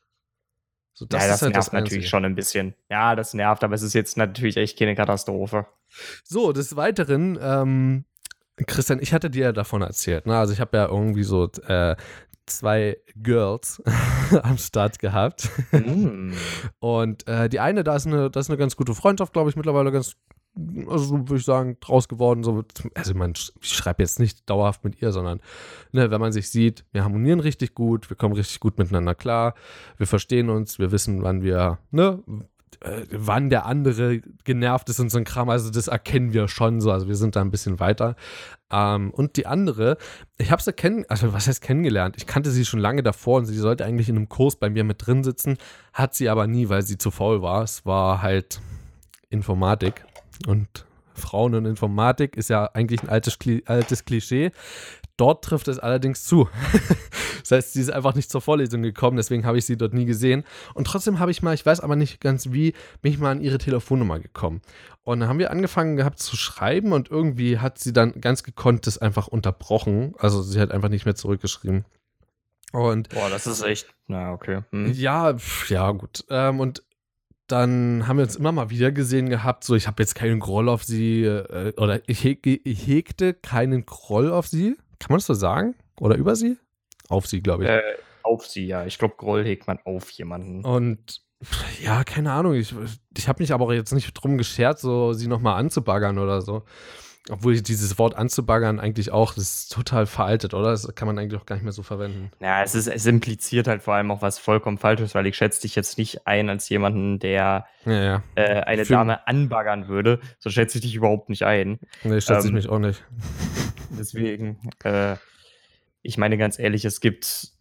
So, Das ja, das ist halt nervt das natürlich Einzige. schon ein bisschen. Ja, das nervt, aber es ist jetzt natürlich echt keine Katastrophe. So, des Weiteren, ähm, Christian, ich hatte dir ja davon erzählt, ne? Also ich habe ja irgendwie so äh, zwei Girls am Start gehabt. Mm. Und äh, die eine, da ist eine, da ist eine ganz gute Freundschaft, glaube ich, mittlerweile ganz, also so würde ich sagen, draus geworden. So, also man, ich schreibe jetzt nicht dauerhaft mit ihr, sondern ne, wenn man sich sieht, wir harmonieren richtig gut, wir kommen richtig gut miteinander klar, wir verstehen uns, wir wissen, wann wir, ne, äh, wann der andere genervt ist und so ein Kram, also das erkennen wir schon so, also wir sind da ein bisschen weiter. Ähm, und die andere, ich habe sie kennen, also was heißt kennengelernt? Ich kannte sie schon lange davor und sie sollte eigentlich in einem Kurs bei mir mit drin sitzen, hat sie aber nie, weil sie zu faul war. Es war halt Informatik und Frauen und Informatik ist ja eigentlich ein altes, Kli- altes Klischee. Dort trifft es allerdings zu. Das heißt, sie ist einfach nicht zur Vorlesung gekommen, deswegen habe ich sie dort nie gesehen. Und trotzdem habe ich mal, ich weiß aber nicht ganz wie, bin ich mal an ihre Telefonnummer gekommen. Und dann haben wir angefangen gehabt zu schreiben und irgendwie hat sie dann ganz gekonnt das einfach unterbrochen. Also sie hat einfach nicht mehr zurückgeschrieben. Und Boah, das ist echt. Na, okay. Hm. ja, pf, ja, gut. Ähm, und dann haben wir uns immer mal wieder gesehen gehabt, so ich habe jetzt keinen Groll auf sie, äh, oder ich, heg, ich hegte keinen Groll auf sie. Kann man das so sagen? Oder über sie? Auf sie, glaube ich. Äh, auf sie, ja. Ich glaube, Groll hegt man auf jemanden. Und pf, ja, keine Ahnung. Ich, ich habe mich aber auch jetzt nicht drum geschert, so sie nochmal anzubaggern oder so. Obwohl ich dieses Wort anzubaggern eigentlich auch, das ist total veraltet, oder? Das kann man eigentlich auch gar nicht mehr so verwenden. Ja, es, ist, es impliziert halt vor allem auch was vollkommen Falsches, weil ich schätze dich jetzt nicht ein als jemanden, der Ja, ja. äh, eine Für- Dame anbaggern würde. So schätze ich dich überhaupt nicht ein. Nee, schätze ich Ähm, mich auch nicht. Deswegen, äh, ich meine ganz ehrlich, es gibt.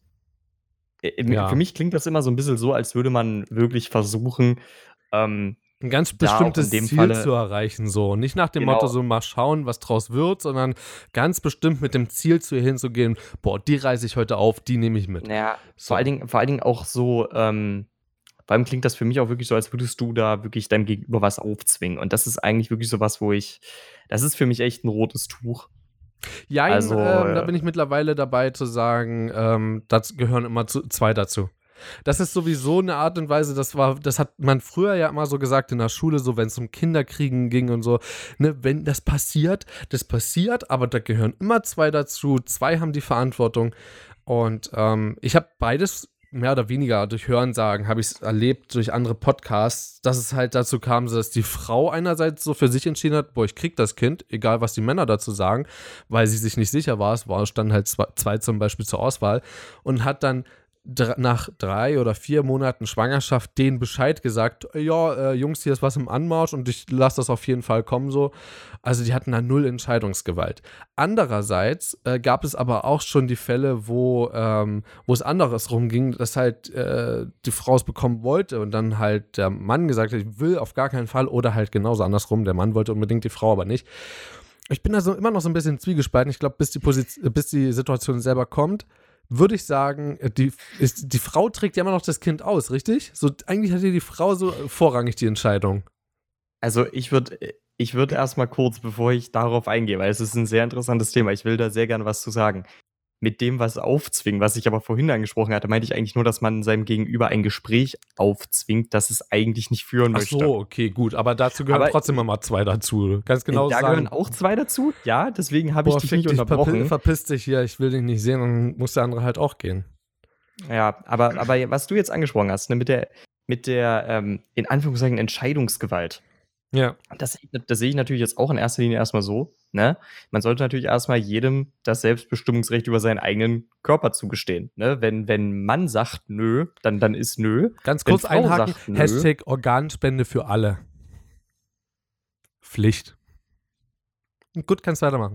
äh, Ja. Für mich klingt das immer so ein bisschen so, als würde man wirklich versuchen, ähm, Ein ganz da auch bestimmtes in dem Ziel Falle- zu erreichen, so. Nicht nach dem Genau. Motto, so mal schauen, was draus wird, sondern ganz bestimmt mit dem Ziel zu ihr hinzugehen, boah, die reiße ich heute auf, die nehme ich mit. naja, So. vor, allen Dingen, vor allen Dingen auch so, ähm, vor allem klingt das für mich auch wirklich so, als würdest du da wirklich deinem Gegenüber was aufzwingen. Und das ist eigentlich wirklich so was, wo ich, das ist für mich echt ein rotes Tuch. Jein, Also, ähm, da äh, bin ich mittlerweile dabei zu sagen, ähm, dazu gehören immer zu, zwei dazu. Das ist sowieso eine Art und Weise, das war, das hat man früher ja immer so gesagt in der Schule, so wenn es um Kinderkriegen ging und so, ne, wenn das passiert, das passiert, aber da gehören immer zwei dazu, zwei haben die Verantwortung und ähm, ich habe beides mehr oder weniger durch Hörensagen habe ich es erlebt durch andere Podcasts, dass es halt dazu kam, so dass die Frau einerseits so für sich entschieden hat, boah, ich krieg das Kind, egal was die Männer dazu sagen, weil sie sich nicht sicher war, es war, standen halt zwei, zwei zum Beispiel zur Auswahl und hat dann dr- nach drei oder vier Monaten Schwangerschaft denen Bescheid gesagt, ja, äh, Jungs, hier ist was im Anmarsch und ich lasse das auf jeden Fall kommen so. Also die hatten da null Entscheidungsgewalt. Andererseits äh, gab es aber auch schon die Fälle, wo, ähm, wo es andersrum ging, dass halt äh, die Frau es bekommen wollte und dann halt der Mann gesagt hat, ich will auf gar keinen Fall oder halt genauso andersrum, der Mann wollte unbedingt die Frau aber nicht. Ich bin da so immer noch so ein bisschen zwiegespalten. Ich glaube, bis die Position, bis die Situation selber kommt, würde ich sagen, die, ist, die Frau trägt ja immer noch das Kind aus, richtig? So, eigentlich hat ja die Frau so vorrangig die Entscheidung. Also ich würde ich würd erstmal kurz, bevor ich darauf eingehe, weil es ist ein sehr interessantes Thema, ich will da sehr gerne was zu sagen. mit dem was aufzwingen, was ich aber vorhin angesprochen hatte, meinte ich eigentlich nur, dass man seinem Gegenüber ein Gespräch aufzwingt, das es eigentlich nicht führen Ach möchte. so, okay, gut. Aber dazu gehören Aber- trotzdem immer zwei dazu. Ganz genau da sagen. gehören auch zwei dazu, ja, deswegen habe ich Boah, dich fick nicht dich, unterbrochen. verpi- verpiss dich hier, ich will dich nicht sehen, dann muss der andere halt auch gehen. Ja, aber, aber was du jetzt angesprochen hast, ne, mit der, mit der ähm, in Anführungszeichen Entscheidungsgewalt, Ja. das, das sehe ich natürlich jetzt auch in erster Linie erstmal so, ne? Man sollte natürlich erstmal jedem das Selbstbestimmungsrecht über seinen eigenen Körper zugestehen, ne? Wenn, wenn Mann sagt nö, dann, dann ist nö. Ganz Wenn kurz Frau einhaken, sagt nö- Hashtag Organspende für alle. Pflicht. Gut, kannst weitermachen.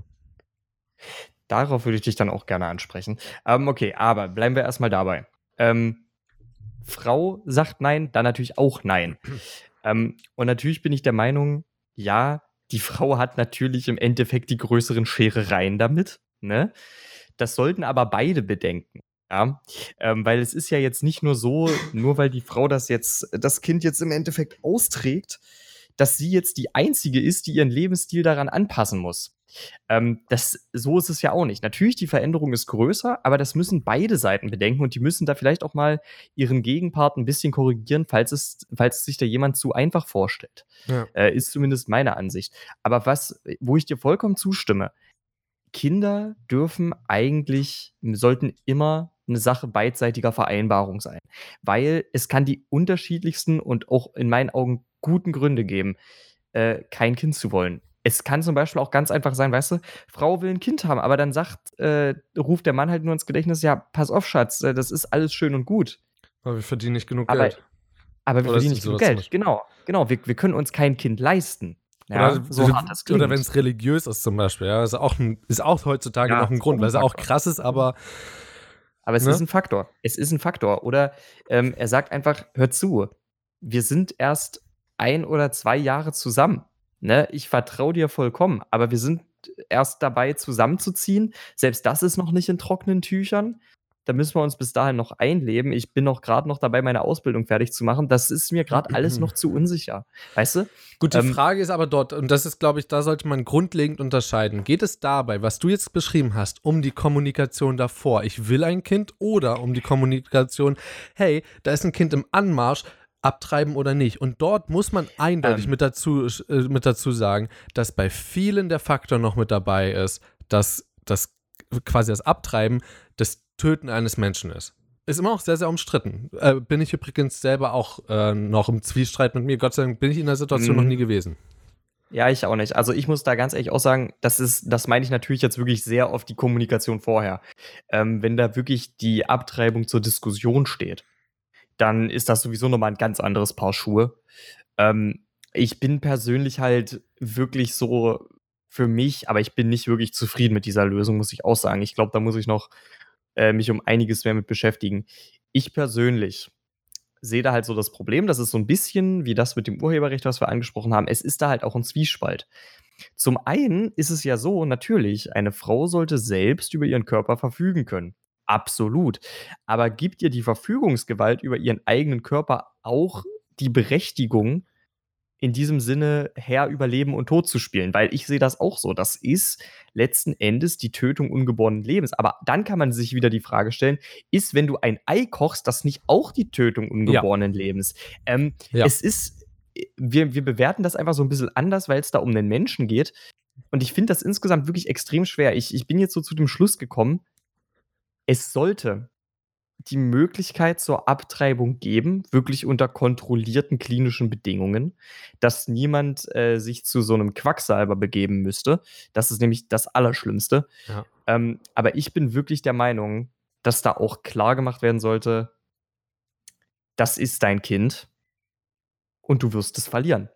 Darauf würde ich dich dann auch gerne ansprechen. Ähm, okay, aber bleiben wir erstmal dabei. Ähm, Frau sagt nein, dann natürlich auch nein. ähm, und natürlich bin ich der Meinung, ja, die Frau hat natürlich im Endeffekt die größeren Scherereien damit. Ne? Das sollten aber beide bedenken. Ja, ähm, weil es ist ja jetzt nicht nur so, nur weil die Frau das jetzt, das Kind jetzt im Endeffekt austrägt, dass sie jetzt die einzige ist, die ihren Lebensstil daran anpassen muss. Ähm, das, so ist es ja auch nicht. Natürlich, die Veränderung ist größer, aber das müssen beide Seiten bedenken und die müssen da vielleicht auch mal ihren Gegenpart ein bisschen korrigieren, falls es, falls sich da jemand zu einfach vorstellt. Ja. Äh, ist zumindest meine Ansicht. Aber was, wo ich dir vollkommen zustimme, Kinder dürfen eigentlich, sollten immer eine Sache beidseitiger Vereinbarung sein. Weil es kann die unterschiedlichsten und auch in meinen Augen guten Gründe geben, äh, kein Kind zu wollen. Es kann zum Beispiel auch ganz einfach sein, weißt du, Frau will ein Kind haben, aber dann sagt, äh, ruft der Mann halt nur ins Gedächtnis, ja, pass auf, Schatz, äh, das ist alles schön und gut. Aber wir verdienen nicht genug Aber, Geld. aber wir Oder verdienen ist nicht das genug sowas zum Geld. Genau, genau. Wir, wir können uns kein Kind leisten. Ja, oder so hart das klingt. oder wenn es religiös ist zum Beispiel. Ja, ist auch, ein, ist auch heutzutage Ja, noch ein ist Grund, auch weil ein es auch Faktor. krass ist, aber Aber es Ne? ist ein Faktor. Es ist ein Faktor. Oder ähm, er sagt einfach, hör zu, wir sind erst ein oder zwei Jahre zusammen. Ne? Ich vertraue dir vollkommen, aber wir sind erst dabei, zusammenzuziehen. Selbst das ist noch nicht in trockenen Tüchern. Da müssen wir uns bis dahin noch einleben. Ich bin noch gerade noch dabei, meine Ausbildung fertig zu machen. Das ist mir gerade alles noch zu unsicher. Weißt du? gut, die Ähm, Frage ist aber dort, und das ist, glaube ich, da sollte man grundlegend unterscheiden. Geht es dabei, was du jetzt beschrieben hast, um die Kommunikation davor, ich will ein Kind, oder um die Kommunikation, hey, da ist ein Kind im Anmarsch, abtreiben oder nicht? Und dort muss man eindeutig Ähm. mit, dazu, äh, mit dazu sagen, dass bei vielen der Faktor noch mit dabei ist, dass das quasi das Abtreiben das Töten eines Menschen ist. Ist immer auch sehr, sehr umstritten. Äh, bin ich übrigens selber auch äh, noch im Zwiespalt mit mir. Gott sei Dank bin ich in der Situation Mhm. noch nie gewesen. Ja, ich auch nicht. Also ich muss da ganz ehrlich auch sagen, das ist, das meine ich natürlich jetzt wirklich sehr auf die Kommunikation vorher. Ähm, wenn da wirklich die Abtreibung zur Diskussion steht, dann ist das sowieso nochmal ein ganz anderes Paar Schuhe. Ähm, ich bin persönlich halt wirklich so für mich, aber ich bin nicht wirklich zufrieden mit dieser Lösung, muss ich auch sagen. Ich glaube, da muss ich noch äh, mich um einiges mehr mit beschäftigen. Ich persönlich sehe da halt so das Problem, das ist so ein bisschen wie das mit dem Urheberrecht, was wir angesprochen haben. Es ist da halt auch ein Zwiespalt. Zum einen ist es ja so, natürlich, eine Frau sollte selbst über ihren Körper verfügen können. Absolut. Aber gibt ihr die Verfügungsgewalt über ihren eigenen Körper auch die Berechtigung, in diesem Sinne Herr über Leben und Tod zu spielen? Weil ich sehe das auch so. Das ist letzten Endes die Tötung ungeborenen Lebens. Aber dann kann man sich wieder die Frage stellen, ist, wenn du ein Ei kochst, das nicht auch die Tötung ungeborenen Lebens? Ähm, Ja. Es ist, wir, wir bewerten das einfach so ein bisschen anders, weil es da um den Menschen geht. Und ich finde das insgesamt wirklich extrem schwer. Ich, ich bin jetzt so zu dem Schluss gekommen, es sollte die Möglichkeit zur Abtreibung geben, wirklich unter kontrollierten klinischen Bedingungen, dass niemand äh, sich zu so einem Quacksalber begeben müsste. Das ist nämlich das Allerschlimmste. Ja. Ähm, aber ich bin wirklich der Meinung, dass da auch klar gemacht werden sollte, das ist dein Kind und du wirst es verlieren.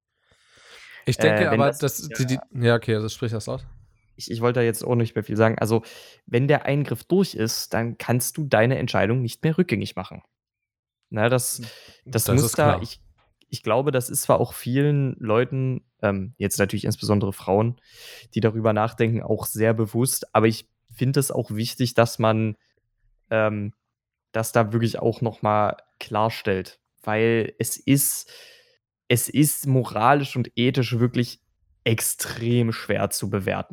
Ich denke Äh, wenn aber, das- dass die, die, ja, okay, das sprich das aus. Ich, ich wollte da jetzt auch nicht mehr viel sagen. Also, wenn der Eingriff durch ist, dann kannst du deine Entscheidung nicht mehr rückgängig machen. Na, das, das, Das muss ist da, klar. ich, ich glaube, das ist zwar auch vielen Leuten, ähm, jetzt natürlich insbesondere Frauen, die darüber nachdenken, auch sehr bewusst, aber ich finde es auch wichtig, dass man ähm, das da wirklich auch nochmal klarstellt, weil es ist, es ist moralisch und ethisch wirklich extrem schwer zu bewerten.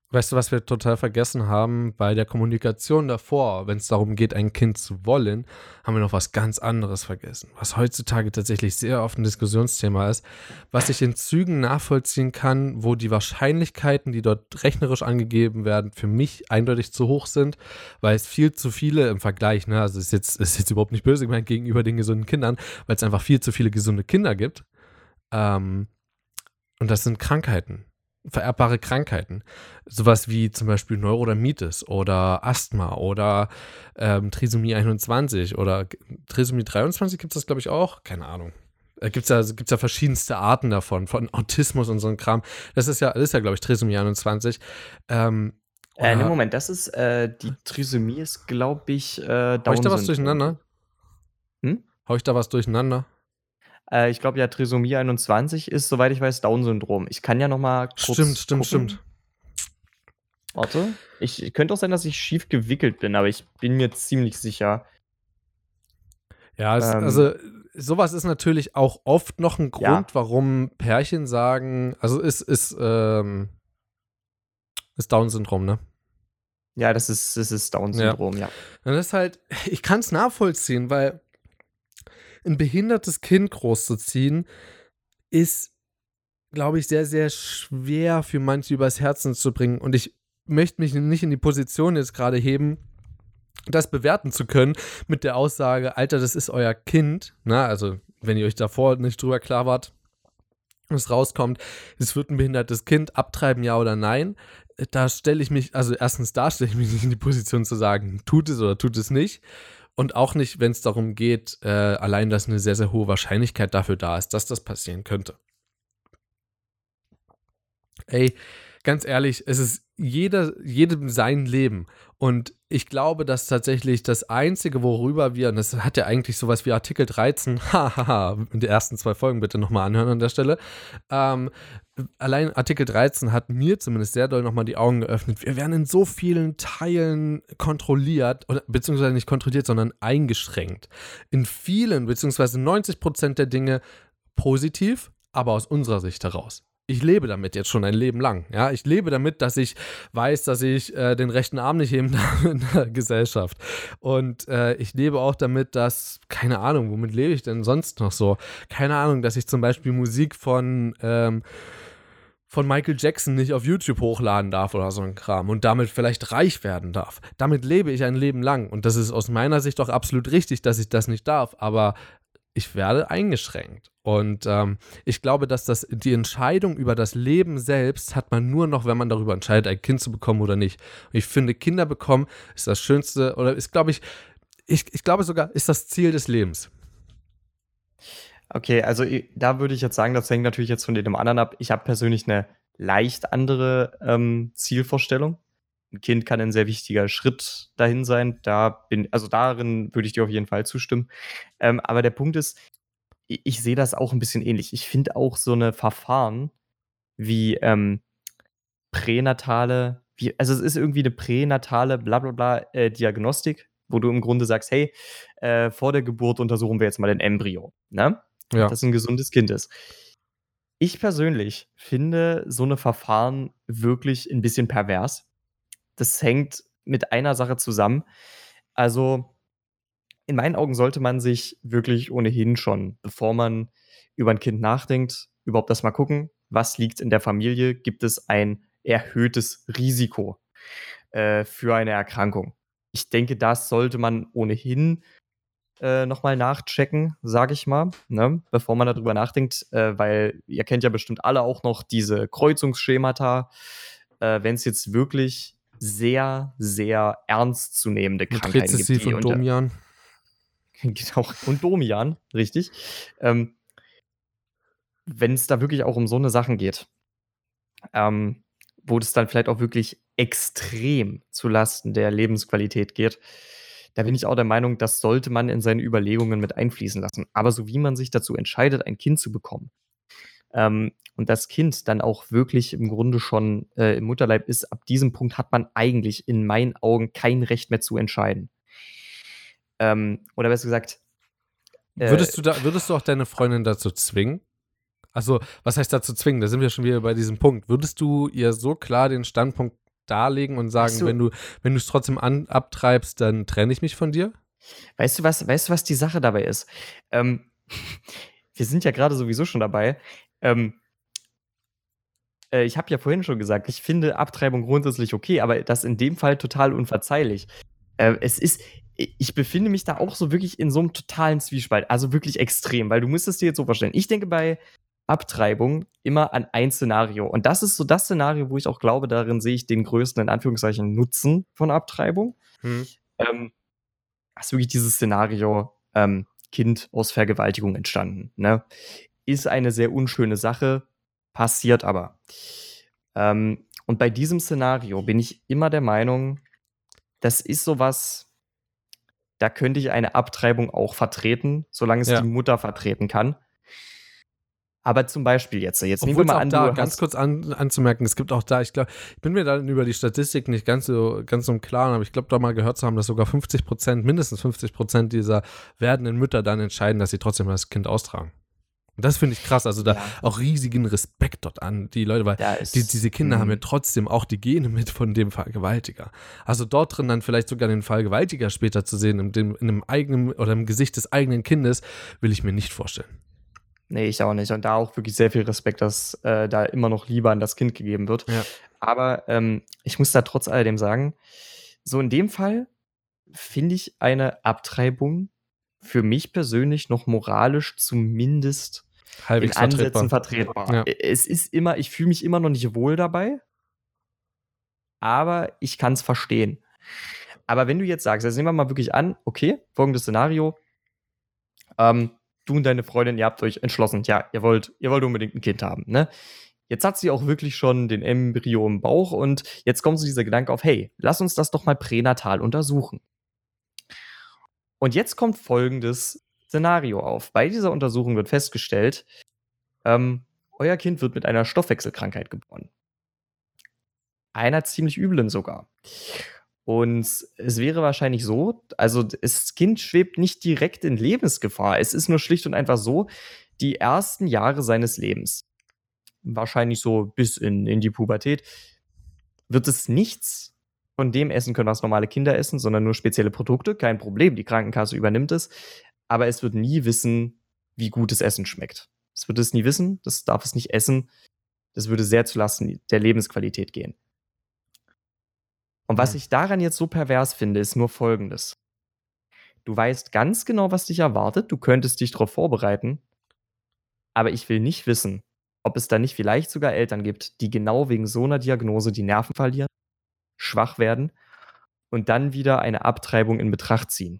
Weißt du, was wir total vergessen haben? Bei der Kommunikation davor, wenn es darum geht, ein Kind zu wollen, haben wir noch was ganz anderes vergessen. Was heutzutage tatsächlich sehr oft ein Diskussionsthema ist, was ich in Zügen nachvollziehen kann, wo die Wahrscheinlichkeiten, die dort rechnerisch angegeben werden, für mich eindeutig zu hoch sind, weil es viel zu viele im Vergleich, ne, also ist jetzt, ist jetzt überhaupt nicht böse gemeint gegenüber den gesunden Kindern, weil es einfach viel zu viele gesunde Kinder gibt. Ähm, und das sind Krankheiten. Vererbbare Krankheiten. Sowas wie zum Beispiel Neurodermitis oder Asthma oder ähm, Trisomie einundzwanzig oder Trisomie dreiundzwanzig gibt es das, glaube ich, auch. Keine Ahnung. Da gibt es ja, gibt's ja verschiedenste Arten davon, von Autismus und so ein Kram. Das ist ja, das ist ja, glaube ich, Trisomie einundzwanzig. Ähm, Äh, ne, Moment, das ist, äh, die Trisomie ist, glaube ich, äh, Hau ich da was Down-Syndrom. durcheinander? Hm? Hau ich da was durcheinander? Äh, ich glaube ja, Trisomie einundzwanzig ist, soweit ich weiß, Down-Syndrom. Ich kann ja noch mal kurz Stimmt, stimmt, gucken. stimmt. Warte. Ich könnte auch sein, dass ich schief gewickelt bin, aber ich bin mir ziemlich sicher. Ja, es, Ähm, also sowas ist natürlich auch oft noch ein Grund, Ja. warum Pärchen sagen, also ist, ist, ähm, ist Down-Syndrom, ne? Ja, das ist, das ist Down-Syndrom, ja. Und das ist halt, ich kann es nachvollziehen, weil ein behindertes Kind großzuziehen ist, glaube ich, sehr, sehr schwer für manche übers Herzen zu bringen. Und ich möchte mich nicht in die Position jetzt gerade heben, das bewerten zu können mit der Aussage, Alter, das ist euer Kind. Na, also, wenn ihr euch davor nicht drüber klar wart, was rauskommt, es wird ein behindertes Kind, abtreiben, ja oder nein. Da stelle ich mich, also erstens da stelle ich mich nicht in die Position zu sagen, tut es oder tut es nicht. Und auch nicht, wenn es darum geht, äh, allein, dass eine sehr, sehr hohe Wahrscheinlichkeit dafür da ist, dass das passieren könnte. Ey, ganz ehrlich, es ist jeder, jedem sein Leben. Und ich glaube, dass tatsächlich das Einzige, worüber wir, und das hat ja eigentlich sowas wie Artikel dreizehn, hahaha, in den ersten zwei Folgen bitte nochmal anhören an der Stelle, ähm, allein Artikel dreizehn hat mir zumindest sehr doll nochmal die Augen geöffnet. Wir werden in so vielen Teilen kontrolliert, oder, beziehungsweise nicht kontrolliert, sondern eingeschränkt. In vielen, beziehungsweise neunzig Prozent der Dinge positiv, aber aus unserer Sicht heraus. Ich lebe damit jetzt schon ein Leben lang. Ja, ich lebe damit, dass ich weiß, dass ich äh, den rechten Arm nicht heben darf in der Gesellschaft. Und äh, ich lebe auch damit, dass, keine Ahnung, womit lebe ich denn sonst noch so? Keine Ahnung, dass ich zum Beispiel Musik von, ähm, von Michael Jackson nicht auf YouTube hochladen darf oder so ein Kram und damit vielleicht reich werden darf. Damit lebe ich ein Leben lang. Und das ist aus meiner Sicht auch absolut richtig, dass ich das nicht darf. Aber ich werde eingeschränkt. Und ähm, ich glaube, dass das die Entscheidung über das Leben selbst hat man nur noch, wenn man darüber entscheidet, ein Kind zu bekommen oder nicht. Und ich finde, Kinder bekommen ist das Schönste oder ist, glaube ich, ich, ich glaube sogar, ist das Ziel des Lebens. Okay, also i- da würde ich jetzt sagen, das hängt natürlich jetzt von jedem anderen ab. Ich habe persönlich eine leicht andere ähm, Zielvorstellung. Ein Kind kann ein sehr wichtiger Schritt dahin sein. Da bin, also darin würde ich dir auf jeden Fall zustimmen. Ähm, aber der Punkt ist, i- ich sehe das auch ein bisschen ähnlich. Ich finde auch so eine Verfahren wie ähm, pränatale, wie, also es ist irgendwie eine pränatale Blablabla äh, Diagnostik, wo du im Grunde sagst, hey, äh, vor der Geburt untersuchen wir jetzt mal den Embryo, ne? Ja. Dass ein gesundes Kind ist. Ich persönlich finde so eine Verfahren wirklich ein bisschen pervers. Das hängt mit einer Sache zusammen. Also, in meinen Augen sollte man sich wirklich ohnehin schon, bevor man über ein Kind nachdenkt, überhaupt erst mal gucken, was liegt in der Familie? Gibt es ein erhöhtes Risiko äh, für eine Erkrankung? Ich denke, das sollte man ohnehin äh, noch mal nachchecken, sage ich mal, ne, bevor man darüber nachdenkt, äh, weil ihr kennt ja bestimmt alle auch noch diese Kreuzungsschemata. Äh, Wenn es jetzt wirklich sehr, sehr ernstzunehmende Mit Krankheiten gibt, Rezessiv die und unter Domian. genau, und Domian, richtig. Ähm, Wenn es da wirklich auch um so eine Sachen geht, ähm, wo das dann vielleicht auch wirklich extrem zu Lasten der Lebensqualität geht, da bin ich auch der Meinung, das sollte man in seine Überlegungen mit einfließen lassen. Aber so wie man sich dazu entscheidet, ein Kind zu bekommen, ähm, und das Kind dann auch wirklich im Grunde schon äh, im Mutterleib ist, ab diesem Punkt hat man eigentlich in meinen Augen kein Recht mehr zu entscheiden. Ähm, oder besser gesagt, äh, Würdest du da, würdest du auch deine Freundin dazu zwingen? Also, was heißt dazu zwingen? Da sind wir schon wieder bei diesem Punkt. Würdest du ihr so klar den Standpunkt darlegen und sagen, Weißt du- wenn du wenn du es trotzdem an, abtreibst, dann trenne ich mich von dir? Weißt du was, weißt du, was die Sache dabei ist? Ähm, wir sind ja gerade sowieso schon dabei. Ähm, äh, ich habe ja vorhin schon gesagt, ich finde Abtreibung grundsätzlich okay, aber das in dem Fall total unverzeihlich. Äh, es ist, ich befinde mich da auch so wirklich in so einem totalen Zwiespalt, also wirklich extrem, weil du musst es dir jetzt so vorstellen. Ich denke bei Abtreibung immer an ein Szenario. Und das ist so das Szenario, wo ich auch glaube, darin sehe ich den größten, in Anführungszeichen, Nutzen von Abtreibung. Hm. Ähm, ist wirklich dieses Szenario, ähm, Kind aus Vergewaltigung entstanden. Ne? Ist eine sehr unschöne Sache, passiert aber. Ähm, und bei diesem Szenario bin ich immer der Meinung, das ist sowas, da könnte ich eine Abtreibung auch vertreten, solange es Ja. die Mutter vertreten kann. Aber zum Beispiel jetzt, jetzt nehmen Obwohl wir es mal auch an, da, du ganz hast, kurz an, anzumerken, es gibt auch da, ich glaube, ich bin mir dann über die Statistik nicht ganz so, ganz so im Klaren, aber ich glaube, da mal gehört zu haben, dass sogar fünfzig Prozent, mindestens fünfzig Prozent dieser werdenden Mütter dann entscheiden, dass sie trotzdem das Kind austragen. Und das finde ich krass, also da Ja. auch riesigen Respekt dort an die Leute, weil da ist, die, diese Kinder Mhm. haben ja trotzdem auch die Gene mit von dem Vergewaltiger. Also dort drin dann vielleicht sogar den Vergewaltiger später zu sehen, in, dem, in einem eigenen oder im Gesicht des eigenen Kindes, will ich mir nicht vorstellen. Nee, ich auch nicht. Und da auch wirklich sehr viel Respekt, dass äh, da immer noch Liebe an das Kind gegeben wird. Ja. Aber ähm, ich muss da trotz alledem sagen, so in dem Fall finde ich eine Abtreibung für mich persönlich noch moralisch zumindest Halbwegs in Ansätzen vertretbar. vertretbar. Ja. Es ist immer, ich fühle mich immer noch nicht wohl dabei, aber ich kann es verstehen. Aber wenn du jetzt sagst, jetzt nehmen wir mal wirklich an, okay, folgendes Szenario, ähm, du und deine Freundin, ihr habt euch entschlossen, ja, ihr wollt, ihr wollt unbedingt ein Kind haben, ne? Jetzt hat sie auch wirklich schon den Embryo im Bauch und jetzt kommt so dieser Gedanke auf, hey, lass uns das doch mal pränatal untersuchen. Und jetzt kommt folgendes Szenario auf. Bei dieser Untersuchung wird festgestellt, ähm, euer Kind wird mit einer Stoffwechselkrankheit geboren. Einer ziemlich üblen sogar. Und es wäre wahrscheinlich so, also das Kind schwebt nicht direkt in Lebensgefahr. Es ist nur schlicht und einfach so, die ersten Jahre seines Lebens, wahrscheinlich so bis in, in die Pubertät, wird es nichts von dem essen können, was normale Kinder essen, sondern nur spezielle Produkte. Kein Problem, die Krankenkasse übernimmt es. Aber es wird nie wissen, wie gut das Essen schmeckt. Es wird es nie wissen, das darf es nicht essen. Das würde sehr zulasten der Lebensqualität gehen. Und was Mhm. ich daran jetzt so pervers finde, ist nur Folgendes. Du weißt ganz genau, was dich erwartet, du könntest dich darauf vorbereiten, aber ich will nicht wissen, ob es da nicht vielleicht sogar Eltern gibt, die genau wegen so einer Diagnose die Nerven verlieren, schwach werden und dann wieder eine Abtreibung in Betracht ziehen.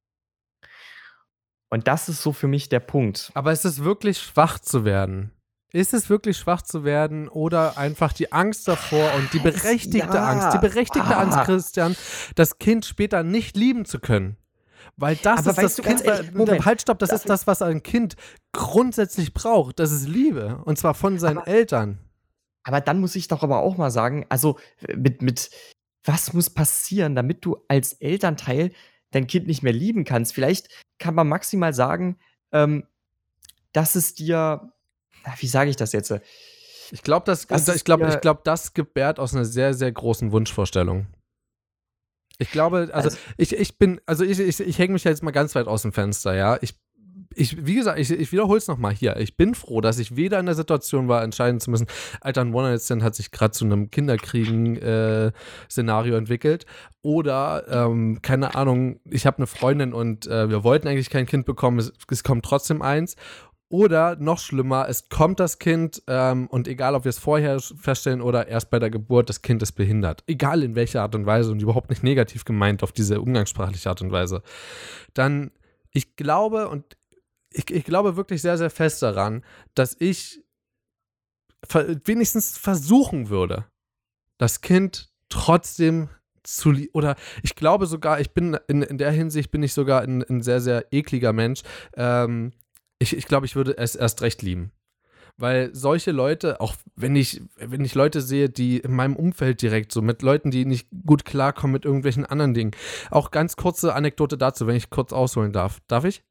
Und das ist so für mich der Punkt. Aber ist es wirklich schwach zu werden? Ist es wirklich schwach zu werden oder einfach die Angst davor und die berechtigte Ja. Angst, die berechtigte Ah. Angst, Christian, das Kind später nicht lieben zu können? Weil das Aber ist weißt das du, ganz Kind, ehrlich, Moment. halt stopp, das Darf ist das, was ein Kind grundsätzlich braucht. Das ist Liebe und zwar von seinen Aber- Eltern. Aber dann muss ich doch aber auch mal sagen, also mit, mit was muss passieren, damit du als Elternteil dein Kind nicht mehr lieben kannst? Vielleicht kann man maximal sagen, ähm, dass es dir, na, wie sage ich das jetzt? Ich glaube, das, Das ich ist glaube, ja- ich glaube, das gebärt aus einer sehr, sehr großen Wunschvorstellung. Ich glaube, also, Also- ich, ich bin, also ich, ich, ich hänge mich jetzt mal ganz weit aus dem Fenster, ja. Ich, ich wie gesagt, ich, ich wiederhole es nochmal hier. Ich bin froh, dass ich weder in der Situation war, entscheiden zu müssen, Alter, ein One-Night-Stand hat sich gerade zu einem Kinderkriegen-Szenario entwickelt. Oder, ähm, keine Ahnung, ich habe eine Freundin und äh, wir wollten eigentlich kein Kind bekommen, es, es kommt trotzdem eins. Oder noch schlimmer, es kommt das Kind ähm, und egal, ob wir es vorher feststellen oder erst bei der Geburt, das Kind ist behindert. Egal in welcher Art und Weise und überhaupt nicht negativ gemeint auf diese umgangssprachliche Art und Weise. Dann, ich glaube und ich, ich glaube wirklich sehr, sehr fest daran, dass ich ver- wenigstens versuchen würde, das Kind trotzdem zu lie- oder ich glaube sogar, ich bin in, in der Hinsicht bin ich sogar ein, ein sehr, sehr ekliger Mensch. Ähm, Ich, ich glaube, ich würde es erst recht lieben. Weil solche Leute, auch wenn ich, wenn ich Leute sehe, die in meinem Umfeld direkt so, mit Leuten, die nicht gut klarkommen mit irgendwelchen anderen Dingen. Auch ganz kurze Anekdote dazu, wenn ich kurz ausholen darf. Darf ich?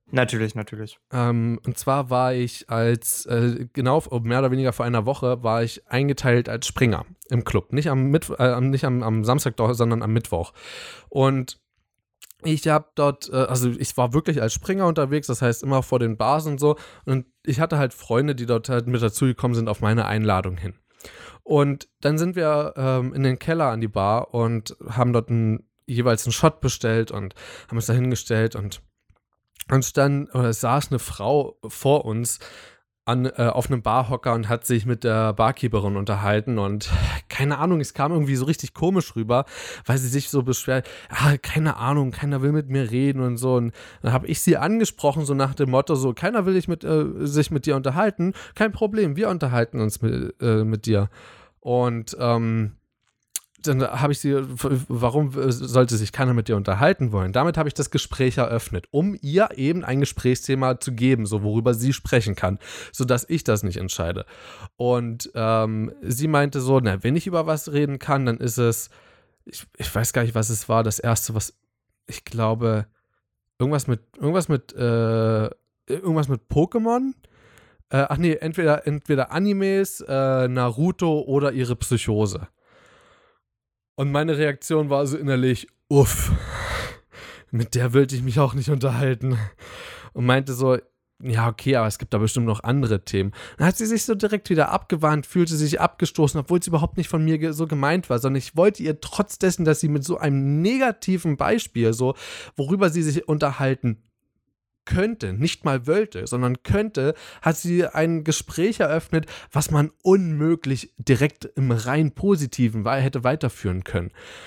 Natürlich, natürlich. Ähm, und zwar war ich als, äh, genau, mehr oder weniger vor einer Woche, war ich eingeteilt als Springer im Club. Nicht am, Mittw- äh, nicht am, am Samstag, doch, sondern am Mittwoch. Und ich habe dort, äh, also ich war wirklich als Springer unterwegs, das heißt immer vor den Bars und so. Und ich hatte halt Freunde, die dort halt mit dazugekommen sind auf meine Einladung hin. Und dann sind wir ähm, in den Keller an die Bar und haben dort ein, jeweils einen Shot bestellt und haben uns da hingestellt und und stand, oder es saß eine Frau vor uns an, äh, auf einem Barhocker und hat sich mit der Barkeeperin unterhalten und keine Ahnung, es kam irgendwie so richtig komisch rüber, weil sie sich so beschwert, ah, keine Ahnung, keiner will mit mir reden und so. Und dann habe ich sie angesprochen, so nach dem Motto, so, keiner will ich mit, äh, sich mit dir unterhalten, kein Problem, wir unterhalten uns mit, äh, mit dir. Und ähm, dann habe ich sie, warum sollte sich keiner mit dir unterhalten wollen? Damit habe ich das Gespräch eröffnet, um ihr eben ein Gesprächsthema zu geben, so worüber sie sprechen kann, sodass ich das nicht entscheide. Und ähm, sie meinte so, na, wenn ich über was reden kann, dann ist es, ich, ich weiß gar nicht, was es war, das erste, was, ich glaube, irgendwas mit, irgendwas mit, äh, irgendwas mit Pokémon? Äh, ach nee, entweder, entweder Animes, äh, Naruto oder ihre Psychose. Und meine Reaktion war so innerlich, uff, mit der wollte ich mich auch nicht unterhalten. Und meinte so, ja, okay, aber es gibt da bestimmt noch andere Themen. Dann hat sie sich so direkt wieder abgewandt, fühlte sich abgestoßen, obwohl es überhaupt nicht von mir ge- so gemeint war, sondern ich wollte ihr trotz dessen, dass sie mit so einem negativen Beispiel, so, worüber sie sich unterhalten könnte, nicht mal wollte, sondern könnte, hat sie ein Gespräch eröffnet, was man unmöglich direkt im rein Positiven wei- hätte weiterführen können.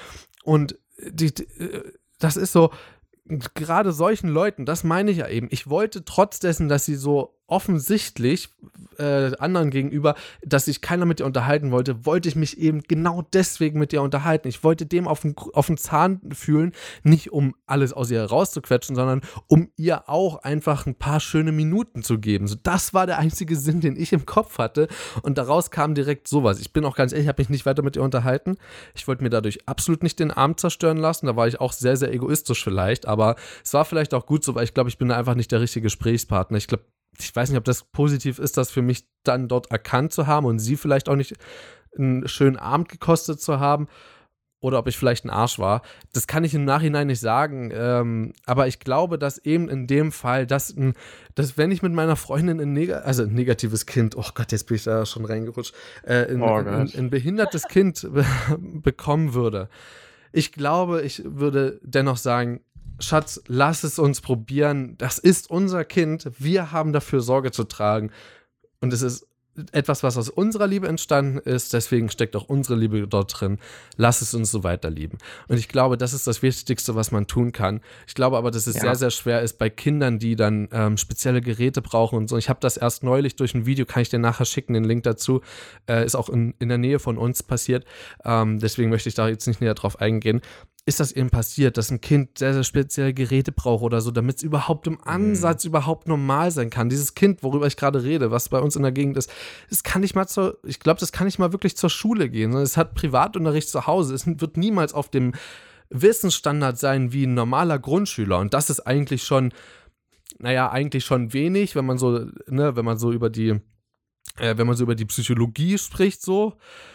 Und die, die, das ist so, gerade solchen Leuten, das meine ich ja eben, ich wollte trotz dessen, dass sie so offensichtlich äh, anderen gegenüber, dass sich keiner mit ihr unterhalten wollte, wollte ich mich eben genau deswegen mit ihr unterhalten. Ich wollte dem auf den, auf den Zahn fühlen, nicht um alles aus ihr rauszuquetschen, sondern um ihr auch einfach ein paar schöne Minuten zu geben. So, das war der einzige Sinn, den ich im Kopf hatte und daraus kam direkt sowas. Ich bin auch ganz ehrlich, ich habe mich nicht weiter mit ihr unterhalten. Ich wollte mir dadurch absolut nicht den Arm zerstören lassen, da war ich auch sehr, sehr egoistisch vielleicht, aber es war vielleicht auch gut so, weil ich glaube, ich bin einfach nicht der richtige Gesprächspartner. Ich glaube, ich weiß nicht, ob das positiv ist, das für mich dann dort erkannt zu haben und sie vielleicht auch nicht einen schönen Abend gekostet zu haben oder ob ich vielleicht ein Arsch war. Das kann ich im Nachhinein nicht sagen, ähm, aber ich glaube, dass eben in dem Fall, dass, dass wenn ich mit meiner Freundin ein, neg- also ein negatives Kind, oh Gott, jetzt bin ich da schon reingerutscht, äh, ein, Oh ein, ein, Gott. ein behindertes Kind be- bekommen würde, ich glaube, ich würde dennoch sagen, Schatz, lass es uns probieren. Das ist unser Kind. Wir haben dafür Sorge zu tragen. Und es ist etwas, was aus unserer Liebe entstanden ist. Deswegen steckt auch unsere Liebe dort drin. Lass es uns so weiterlieben. Und ich glaube, das ist das Wichtigste, was man tun kann. Ich glaube aber, dass es Ja. sehr, sehr schwer ist bei Kindern, die dann ähm, spezielle Geräte brauchen und so. Ich habe das erst neulich durch ein Video, kann ich dir nachher schicken, den Link dazu. Äh, ist auch in, in der Nähe von uns passiert. Ähm, deswegen möchte ich da jetzt nicht näher drauf eingehen. Ist das eben passiert, dass ein Kind sehr, sehr spezielle Geräte braucht oder so, damit es überhaupt im Ansatz mhm. überhaupt normal sein kann. Dieses Kind, worüber ich gerade rede, was bei uns in der Gegend ist, das kann nicht mal zur, ich glaube, das kann nicht mal wirklich zur Schule gehen, sondern es hat Privatunterricht zu Hause. Es wird niemals auf dem Wissensstandard sein wie ein normaler Grundschüler. Und das ist eigentlich schon, naja, eigentlich schon wenig, wenn man so, ne, wenn man so über die, äh, wenn man so über die Psychologie spricht, so.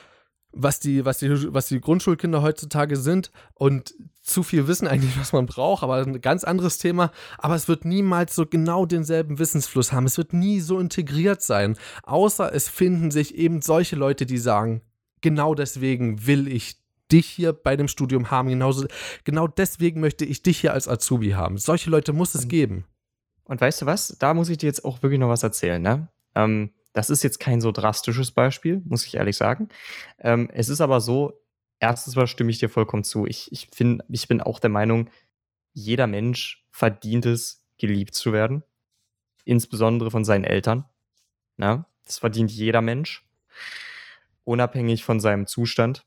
Was die, was, die, was die Grundschulkinder heutzutage sind und zu viel Wissen eigentlich, was man braucht, aber ein ganz anderes Thema. Aber es wird niemals so genau denselben Wissensfluss haben. Es wird nie so integriert sein. Außer es finden sich eben solche Leute, die sagen, genau deswegen will ich dich hier bei dem Studium haben. Genauso, genau deswegen möchte ich dich hier als Azubi haben. Solche Leute muss es geben. Und weißt du was? Da muss ich dir jetzt auch wirklich noch was erzählen, ne? Ähm, Das ist jetzt kein so drastisches Beispiel, muss ich ehrlich sagen. Ähm, es ist aber so, erstens mal stimme ich dir vollkommen zu. Ich, ich, find, ich bin auch der Meinung, jeder Mensch verdient es, geliebt zu werden. Insbesondere von seinen Eltern. Na? Das verdient jeder Mensch. Unabhängig von seinem Zustand.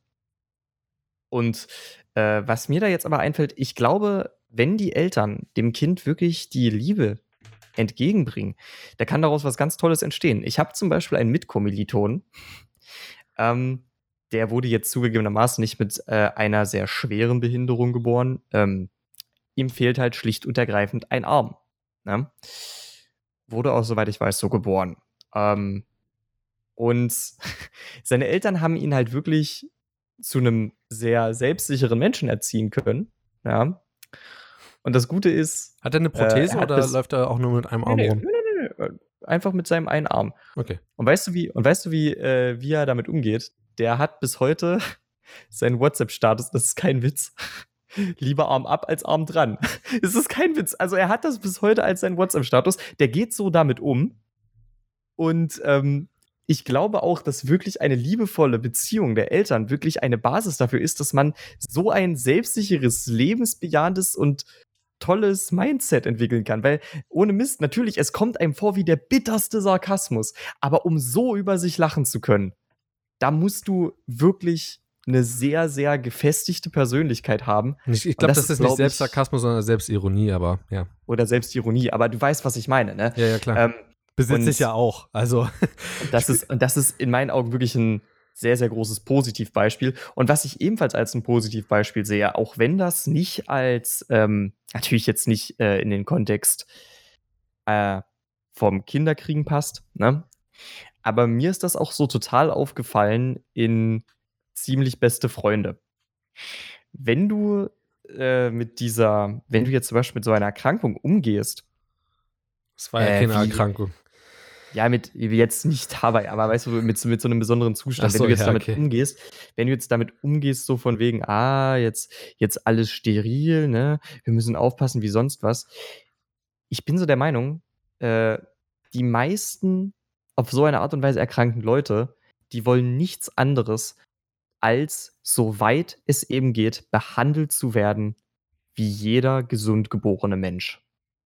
Und äh, was mir da jetzt aber einfällt, ich glaube, wenn die Eltern dem Kind wirklich die Liebe entgegenbringen, da kann daraus was ganz Tolles entstehen. Ich habe zum Beispiel einen Mitkommilitonen, ähm, der wurde jetzt zugegebenermaßen nicht mit äh, einer sehr schweren Behinderung geboren. Ähm, ihm fehlt halt schlicht und ergreifend ein Arm. Ne? Wurde auch, soweit ich weiß, so geboren. Ähm, und seine Eltern haben ihn halt wirklich zu einem sehr selbstsicheren Menschen erziehen können. Ja. Und das Gute ist, Hat er eine äh, Prothese er hat oder bis läuft er auch nur mit einem ne, Arm ne, rum? ne, ne, ne, ne, einfach mit seinem einen Arm. Okay. Und weißt du, wie und weißt du, wie äh, wie er damit umgeht? Der hat bis heute seinen WhatsApp-Status, das ist kein Witz, lieber Arm ab als Arm dran. Es ist kein Witz. Also, er hat das bis heute als seinen WhatsApp-Status. Der geht so damit um. Und, ähm, ich glaube auch, dass wirklich eine liebevolle Beziehung der Eltern wirklich eine Basis dafür ist, dass man so ein selbstsicheres, lebensbejahendes und tolles Mindset entwickeln kann. Weil ohne Mist, natürlich, es kommt einem vor wie der bitterste Sarkasmus. Aber um so über sich lachen zu können, da musst du wirklich eine sehr, sehr gefestigte Persönlichkeit haben. Ich, ich Und glaube, das das, ist, ist nicht glaube ich Selbstsarkasmus, sondern Selbstironie, aber ja. oder Selbstironie, aber du weißt, was ich meine, ne? Ja, ja, klar. Ähm, Besitze und ich ja auch. Also, das ist und das ist in meinen Augen wirklich ein sehr, sehr großes Positivbeispiel. Und was ich ebenfalls als ein Positivbeispiel sehe, auch wenn das nicht als ähm, natürlich jetzt nicht, äh, in den Kontext, äh, vom Kinderkriegen passt, ne? Aber mir ist das auch so total aufgefallen in „Ziemlich beste Freunde". Wenn du, äh, mit dieser wenn du jetzt zum Beispiel mit so einer Erkrankung umgehst, es war ja äh, keine wie Erkrankung. ja, mit jetzt nicht Hawaii, aber weißt du, mit so mit so 'nem besonderen Zustand, Ach wenn so, du jetzt ja, damit okay. umgehst wenn du jetzt damit umgehst, so von wegen: „Ah, jetzt jetzt alles steril, ne? Wir müssen aufpassen wie sonst was." Ich bin so der Meinung, äh, die meisten auf so eine Art und Weise erkrankten Leute, die wollen nichts anderes, als, soweit es eben geht, behandelt zu werden wie jeder gesund geborene Mensch.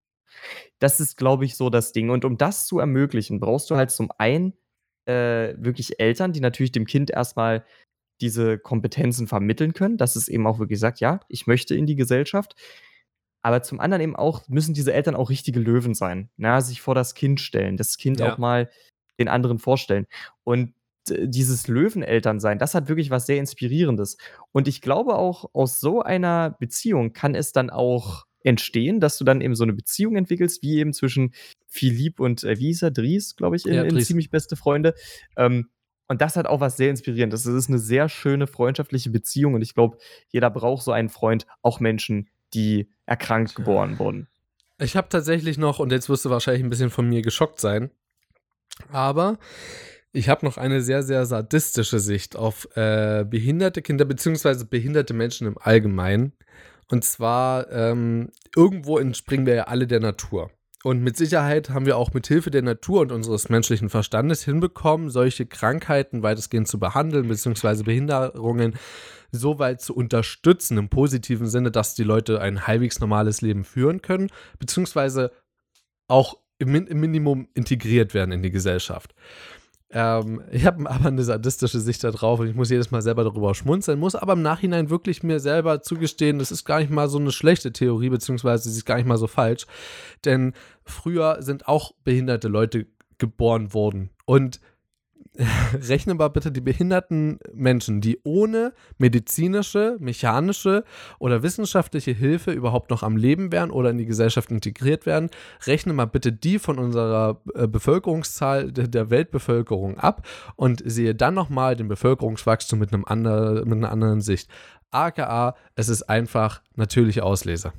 Das ist, glaube ich, so das Ding. Und um das zu ermöglichen, brauchst du halt zum einen, äh, wirklich Eltern, die natürlich dem Kind erstmal diese Kompetenzen vermitteln können, dass es eben auch wirklich sagt: „Ja, ich möchte in die Gesellschaft." Aber zum anderen eben auch müssen diese Eltern auch richtige Löwen sein, ne? Sich vor das Kind stellen, das Kind auch Ja. mal den anderen vorstellen. Und d dieses Löwenelternsein, das hat wirklich was sehr Inspirierendes. Und ich glaube auch, aus so einer Beziehung kann es dann auch entstehen, dass du dann eben so 'ne Beziehung entwickelst, wie eben zwischen Philipp und, äh, wie hieß er? Dries, glaube ich, in Ja, in Dries. „Ziemlich beste Freunde". Ähm, und das hat auch was sehr Inspirierendes. Das ist 'ne sehr schöne freundschaftliche Beziehung und ich glaube, jeder braucht so einen Freund, auch Menschen, die erkrankt geboren wurden. Ich habe tatsächlich noch, und jetzt wirst du wahrscheinlich ein bisschen von mir geschockt sein, aber ich habe noch eine sehr, sehr sadistische Sicht auf äh, behinderte Kinder beziehungsweise behinderte Menschen im Allgemeinen. Und zwar, ähm, irgendwo entspringen wir ja alle der Natur. Und mit Sicherheit haben wir auch mit Hilfe der Natur und unseres menschlichen Verstandes hinbekommen, solche Krankheiten weitestgehend zu behandeln, beziehungsweise Behinderungen so weit zu unterstützen, im positiven Sinne, dass die Leute ein halbwegs normales Leben führen können, beziehungsweise auch im, Min im Minimum integriert werden in die Gesellschaft. Ähm, ich habe aber eine sadistische Sicht da drauf und ich muss jedes Mal selber darüber schmunzeln, muss aber im Nachhinein wirklich mir selber zugestehen, das ist gar nicht mal so eine schlechte Theorie, beziehungsweise sie ist gar nicht mal so falsch, denn früher sind auch behinderte Leute geboren worden und rechne mal bitte die behinderten Menschen, die ohne medizinische, mechanische oder wissenschaftliche Hilfe überhaupt noch am Leben wären oder in die Gesellschaft integriert werden, rechne mal bitte die von unserer äh, Bevölkerungszahl de der Weltbevölkerung ab und sehe dann nochmal den Bevölkerungswachstum mit, einem ander, mit einer anderen Sicht. aka, es ist einfach natürliche Auslese.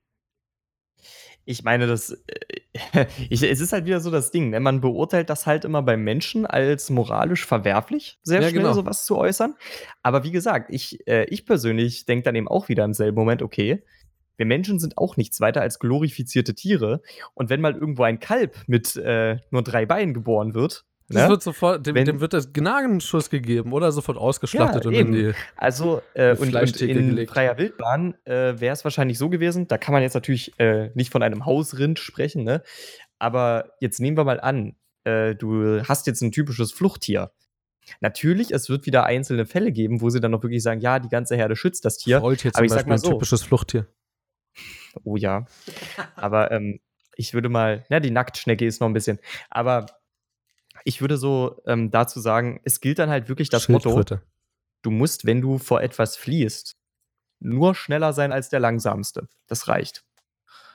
Ich meine, das äh, ich es ist halt wieder so das Ding, ne? Man beurteilt das halt immer beim Menschen als moralisch verwerflich, sehr Ja, schnell genau. so was zu äußern. Aber wie gesagt, ich äh, ich persönlich denke dann eben auch wieder im selben Moment: „Okay, wir Menschen sind auch nichts weiter als glorifizierte Tiere." Und wenn mal irgendwo ein Kalb mit, äh, nur drei Beinen geboren wird, Das ne? wird sofort, dem, Wenn dem wird das Gnagenschuss gegeben oder sofort Ja, ausgeschlachtet und in eben. die Also, äh, die und und Fleischtheke in gelegt. freier Wildbahn, äh, wäre es wahrscheinlich so gewesen, da kann man jetzt natürlich, äh, nicht von einem Hausrind sprechen, ne? Aber jetzt nehmen wir mal an, äh, du hast jetzt 'n typisches Fluchttier. Natürlich, es wird wieder einzelne Fälle geben, wo sie dann auch wirklich sagen: „Ja, die ganze Herde schützt das Tier." Faultier Aber zum ich sage Beispiel, mal ein so typisches Fluchttier. oh ja, aber, ähm, ich würde mal ja, die Nacktschnecke ist noch 'n bisschen aber ich würde so, ähm, dazu sagen, es gilt dann halt wirklich das Motto: Schildkröte. Du musst, wenn du vor etwas fliehst, nur schneller sein als der Langsamste. Das reicht.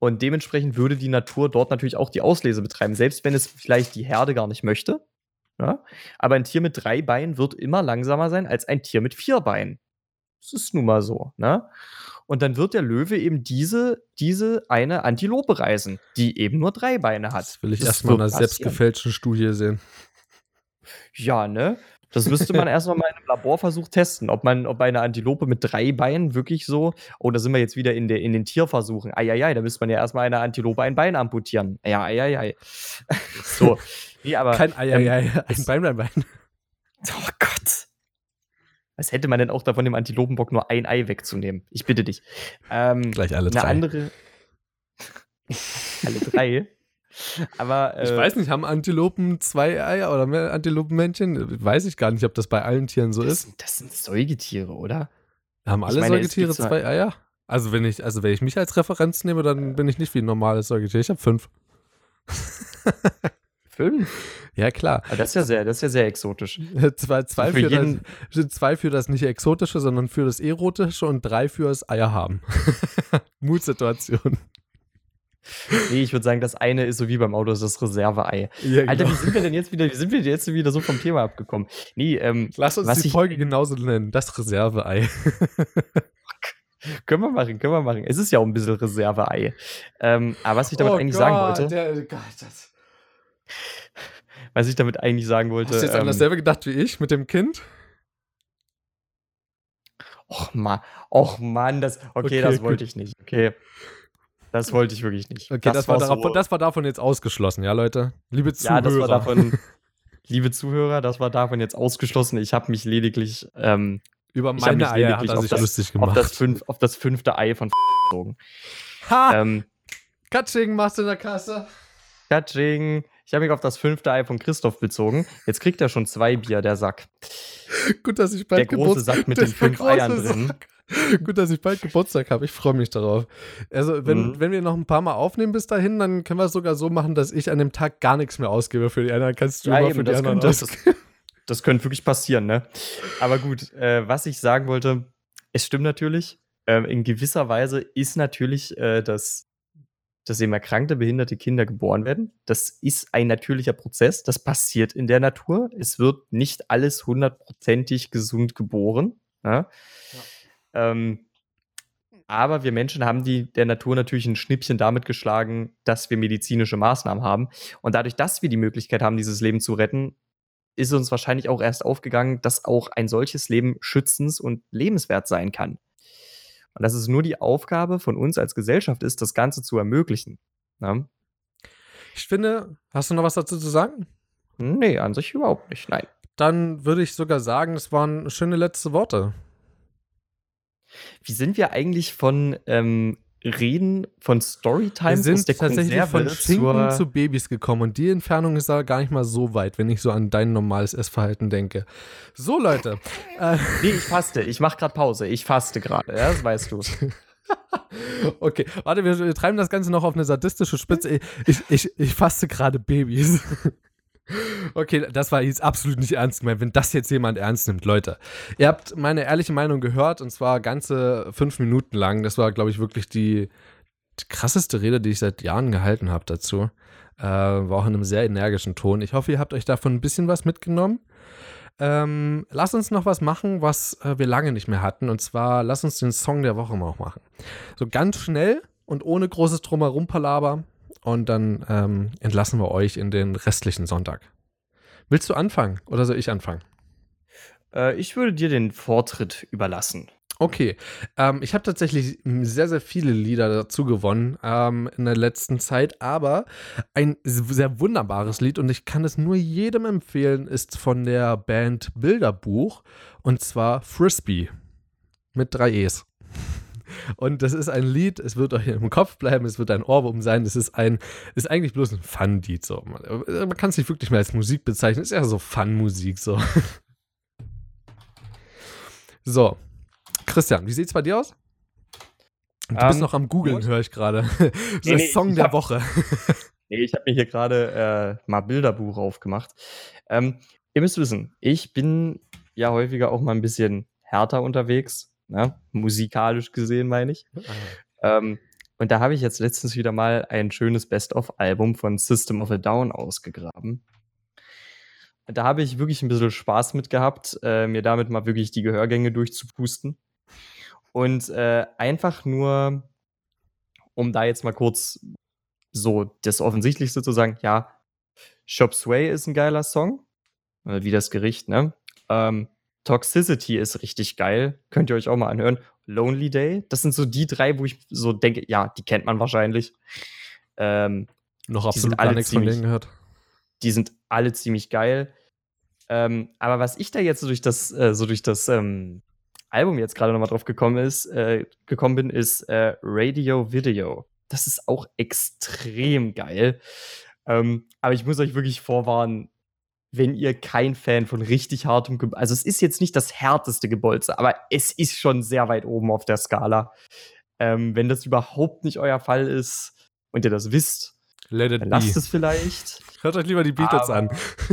Und dementsprechend würde die Natur dort natürlich auch die Auslese betreiben, selbst wenn es vielleicht die Herde gar nicht möchte. Ja? Aber ein Tier mit drei Beinen wird immer langsamer sein als ein Tier mit vier Beinen. Das ist nun mal so. Ne? Und dann wird der Löwe eben diese, diese eine Antilope reißen, die eben nur drei Beine hat. Das will ich Das erstmal in wird einer passieren. selbstgefälschten Studie sehen. Ja, ne? Das müsste man erstmal mal in einem Laborversuch testen, ob man, ob eine Antilope mit drei Beinen wirklich so, oh, da sind wir jetzt wieder in, der, in den Tierversuchen. Eieiei, da müsste man ja erstmal einer Antilope ein Bein amputieren. Ja, eieiei. So. Nee, aber. Kein Eieiei, ähm, ein Bein, Bein, Bein. Oh Gott. Was hätte man denn auch davon, dem Antilopenbock nur ein Ei wegzunehmen? Ich bitte dich. Ähm, Gleich alle eine drei. andere. Alle drei. Aber, äh, Ich weiß nicht, haben Antilopen zwei Eier oder mehr Antilopenmännchen? Weiß ich gar nicht, ob das bei allen Tieren so das, ist. das sind Säugetiere, oder? Haben Ich alle meine, es Säugetiere gibt zwar- zwei Eier? Also wenn ich, also wenn ich mich als Referenz nehme, dann bin ich nicht wie ein normales Säugetier. Ich habe fünf. Fünf? Ja, klar. Aber das ist ja sehr, das ist ja sehr exotisch. Zwei, zwei, Für für jeden- das, zwei für das nicht Exotische, sondern für das Erotische und drei für das Eier haben. Mutsituation. Nee, ich würde sagen, das eine ist so wie beim Auto, das ist das Reserve-Ei. Ja, Alter, genau. wie sind wir denn jetzt wieder, wie sind wir jetzt wieder so vom Thema abgekommen? Nee, ähm, Lass uns was die ich- Folge genauso nennen. Das Reserve-Ei. können wir machen, können wir machen. Es ist ja auch ein bisschen Reserve-Ei. Ähm, aber was ich damit Oh eigentlich Gott, sagen wollte, Der, Gott, das, was ich damit eigentlich sagen wollte, hast du jetzt an ähm, dasselbe gedacht wie ich mit dem Kind? och Mann, och Mann, das, okay, Okay, das gut. wollte ich nicht, okay. Das wollte ich wirklich nicht. Okay, das, war darauf, so- das war davon jetzt ausgeschlossen, ja, Leute? Liebe Zuhörer. Ja, das war davon, liebe Zuhörer, das war davon jetzt ausgeschlossen. Ich habe mich lediglich ähm, Über ich hab mich meine Eier hat lediglich er auf sich das- lustig auf, gemacht. das fünf, auf das fünfte Ei von gezogen. Ha! Ähm, Katsching machst du in der Kasse. Katsching. Ich habe mich auf das fünfte Ei von Christoph bezogen. Jetzt kriegt er schon zwei Bier, der Sack. Gut, dass ich Der bald große Geburtstag Sack mit der den fünf große Eiern drin. Sack. Gut, dass ich bald Geburtstag habe. Ich freue mich darauf. Also, wenn, Mhm. wenn wir noch ein paar Mal aufnehmen bis dahin, dann können wir es sogar so machen, dass ich an dem Tag gar nichts mehr ausgebe für die anderen. Kannst du Ja, immer eben, für die das anderen könnte, das, ausgeben. das könnte wirklich passieren, ne? Aber gut, äh, was ich sagen wollte, es stimmt natürlich. Ähm, in gewisser Weise ist natürlich, äh, dass, dass eben erkrankte, behinderte Kinder geboren werden. Das ist ein natürlicher Prozess. Das passiert in der Natur. Es wird nicht alles hundertprozentig gesund geboren. Ne? Ähm, aber wir Menschen haben die der Natur natürlich ein Schnippchen damit geschlagen, dass wir medizinische Maßnahmen haben. Und dadurch, dass wir die Möglichkeit haben, dieses Leben zu retten, ist uns wahrscheinlich auch erst aufgegangen, dass auch ein solches Leben schützens- und lebenswert sein kann. Und dass es nur die Aufgabe von uns als Gesellschaft ist, das Ganze zu ermöglichen. Ne? Ich finde, hast du noch was dazu zu sagen? Nee, an sich überhaupt nicht, nein. Dann würde ich sogar sagen, das waren schöne letzte Worte. Wie sind wir eigentlich von ähm, Reden, von Wir Storytimes aus sind der tatsächlich Konserve von Schinken zur... zu Babys gekommen und die Entfernung ist aber gar nicht mal so weit, wenn ich so an dein normales Essverhalten denke. So, Leute. äh, Nee, ich faste. Ich mache gerade Pause. Ich faste gerade, ja, das weißt du. Okay, warte, wir, wir treiben das Ganze noch auf eine sadistische Spitze. Ich, ich, ich, ich faste gerade Babys. Okay, das war jetzt absolut nicht ernst gemeint, wenn das jetzt jemand ernst nimmt, Leute. Ihr habt meine ehrliche Meinung gehört und zwar ganze fünf Minuten lang. Das war, glaube ich, wirklich die, die krasseste Rede, die ich seit Jahren gehalten habe dazu. Äh, war auch in einem sehr energischen Ton. Ich hoffe, ihr habt euch davon ein bisschen was mitgenommen. Ähm, lasst uns noch was machen, was äh, wir lange nicht mehr hatten. Und zwar, lasst uns den Song der Woche mal auch machen. So ganz schnell und ohne großes Drumherum-Palaber. Und dann ähm, entlassen wir euch in den restlichen Sonntag. Willst du anfangen oder soll ich anfangen? Äh, ich würde dir den Vortritt überlassen. Okay, ähm, ich habe tatsächlich sehr, sehr viele Lieder dazu gewonnen ähm, in der letzten Zeit, aber ein sehr wunderbares Lied und ich kann es nur jedem empfehlen, ist von der Band Bilderbuch und zwar Frisbee mit drei E's. Und das ist ein Lied, es wird euch im Kopf bleiben, es wird ein Ohrwurm sein, es ist ein, ist eigentlich bloß ein Fun-Lied. So. Man, man kann es nicht wirklich mehr als Musik bezeichnen, es ist eher so Fun-Musik. So. So, Christian, wie sieht's bei dir aus? Du Ähm, bist noch am Googeln, gut. höre ich gerade. Nee, Der nee, Song ich der hab- Woche. Nee, ich habe mir hier gerade äh, mal Bilderbuch aufgemacht. Ähm, ihr müsst wissen, ich bin ja häufiger auch mal ein bisschen härter unterwegs, ne? Musikalisch gesehen meine ich. Ähm, Und da habe ich jetzt letztens wieder mal ein schönes Best-of-Album von System of a Down ausgegraben. Und da habe ich wirklich ein bisschen Spaß mit gehabt, äh, mir damit mal wirklich die Gehörgänge durchzupusten. Und äh, einfach nur, um da jetzt mal kurz so das Offensichtlichste zu sagen, ja, Chop Suey ist ein geiler Song, äh, wie das Gericht, ne? Ähm, Toxicity ist richtig geil, könnt ihr euch auch mal anhören. Lonely Day, das sind so die drei, wo ich so denke, ja, die kennt man wahrscheinlich. Ähm, Noch die absolut sind gar alle nichts von ziemlich, denen gehört. die sind alle ziemlich geil. Ähm, aber was ich da jetzt so durch das, äh, so durch das ähm, Album jetzt gerade nochmal drauf gekommen ist, äh, gekommen bin, ist äh, Radio Video. Das ist auch extrem geil. Ähm, aber ich muss euch wirklich vorwarnen, wenn ihr kein Fan von richtig hartem Gebolze, also es ist jetzt nicht das härteste Gebolze, aber es ist schon sehr weit oben auf der Skala. Ähm, wenn das überhaupt nicht euer Fall ist und ihr das wisst, Let it dann be. lasst es vielleicht. Hört euch lieber die Beatles Aber- an.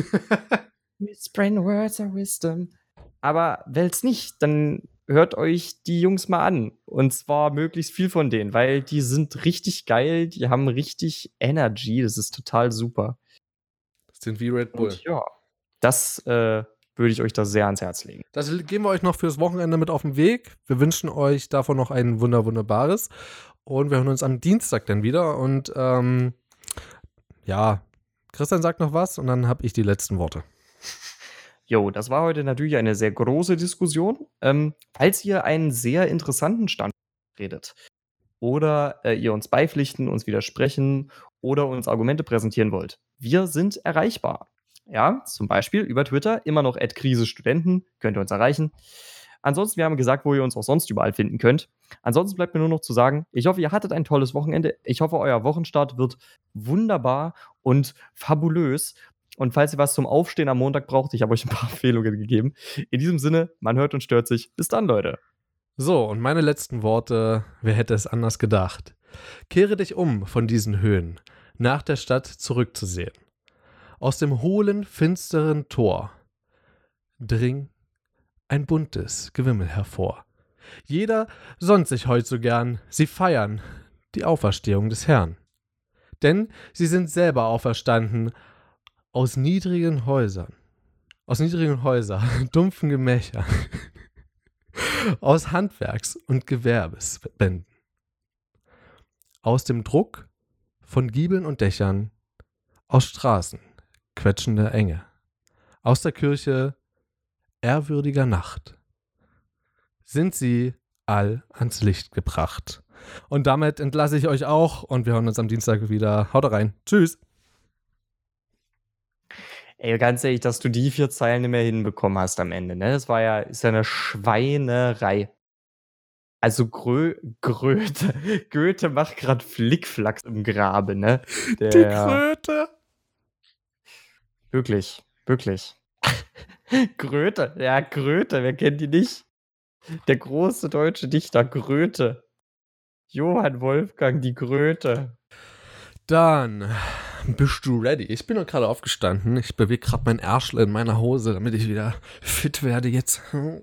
Spreading words of wisdom. Aber wenn's nicht, dann hört euch die Jungs mal an. Und zwar möglichst viel von denen, weil die sind richtig geil, die haben richtig Energy, das ist total super. Das sind wie Red Bull. Und ja, das äh, würde ich euch da sehr ans Herz legen. Das geben wir euch noch fürs Wochenende mit auf den Weg. Wir wünschen euch davon noch ein wunder wunderbares. Und wir hören uns am Dienstag dann wieder. Und ähm, ja, Christian sagt noch was und dann habe ich die letzten Worte. Jo, das war heute natürlich eine sehr große Diskussion. Ähm, falls ihr einen sehr interessanten Stand redet oder äh, ihr uns beipflichten, uns widersprechen oder uns Argumente präsentieren wollt, wir sind erreichbar. Ja, zum Beispiel über Twitter, immer noch at krisestudenten, könnt ihr uns erreichen. Ansonsten, wir haben gesagt, wo ihr uns auch sonst überall finden könnt. Ansonsten bleibt mir nur noch zu sagen, ich hoffe, ihr hattet ein tolles Wochenende. Ich hoffe, euer Wochenstart wird wunderbar und fabulös. Und falls ihr was zum Aufstehen am Montag braucht, ich habe euch ein paar Empfehlungen gegeben. In diesem Sinne, man hört und stört sich. Bis dann, Leute. So, und meine letzten Worte, wer hätte es anders gedacht? Kehre dich um von diesen Höhen, nach der Stadt zurückzusehen. Aus dem hohlen, finsteren Tor dring ein buntes Gewimmel hervor. Jeder sonnt sich heut so gern, sie feiern die Auferstehung des Herrn. Denn sie sind selber auferstanden aus niedrigen Häusern, aus niedrigen Häusern, dumpfen Gemächern, aus Handwerks- und Gewerbesbänden, aus dem Druck von Giebeln und Dächern, aus Straßen quetschender Enge, aus der Kirche ehrwürdiger Nacht, sind sie all ans Licht gebracht. Und damit entlasse ich euch auch und wir hören uns am Dienstag wieder. Haut rein. Tschüss. Ey, ganz ehrlich, dass du die vier Zeilen nicht mehr hinbekommen hast am Ende, ne? Das war ja, ist ja eine Schweinerei. Also Grö Gröte, Goethe macht gerade Flickflacks im Grabe, ne? Der, Die Kröte. Wirklich, wirklich. Goethe, ja, Goethe, wer kennt die nicht? Der große deutsche Dichter Goethe. Johann Wolfgang, die Goethe. Dann bist du ready. Ich bin noch gerade aufgestanden. Ich bewege gerade mein Ärschel in meiner Hose, damit ich wieder fit werde jetzt.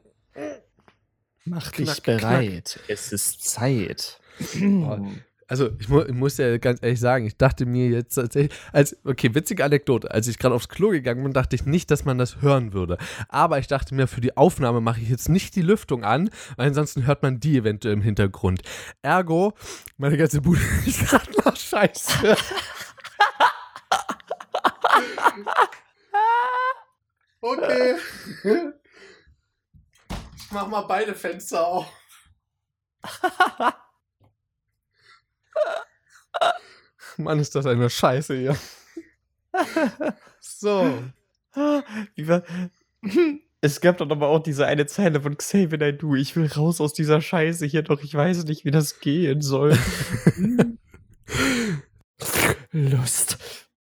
Mach Knack, dich bereit. Es ist Zeit. Also, ich, mu ich muss ja ganz ehrlich sagen, ich dachte mir jetzt tatsächlich, als, okay, witzige Anekdote, als ich gerade aufs Klo gegangen bin, dachte ich nicht, dass man das hören würde. Aber ich dachte mir, für die Aufnahme mache ich jetzt nicht die Lüftung an, weil ansonsten hört man die eventuell im Hintergrund. Ergo, meine ganze Bude ist gerade nach Scheiße. Okay. Ich mach mal beide Fenster auf. Mann, ist das eine Scheiße hier. So. Wie war, es gab doch aber auch diese eine Zeile von Xavier Naidoo. Ich will raus aus dieser Scheiße hier, doch ich weiß nicht, wie das gehen soll. Lust.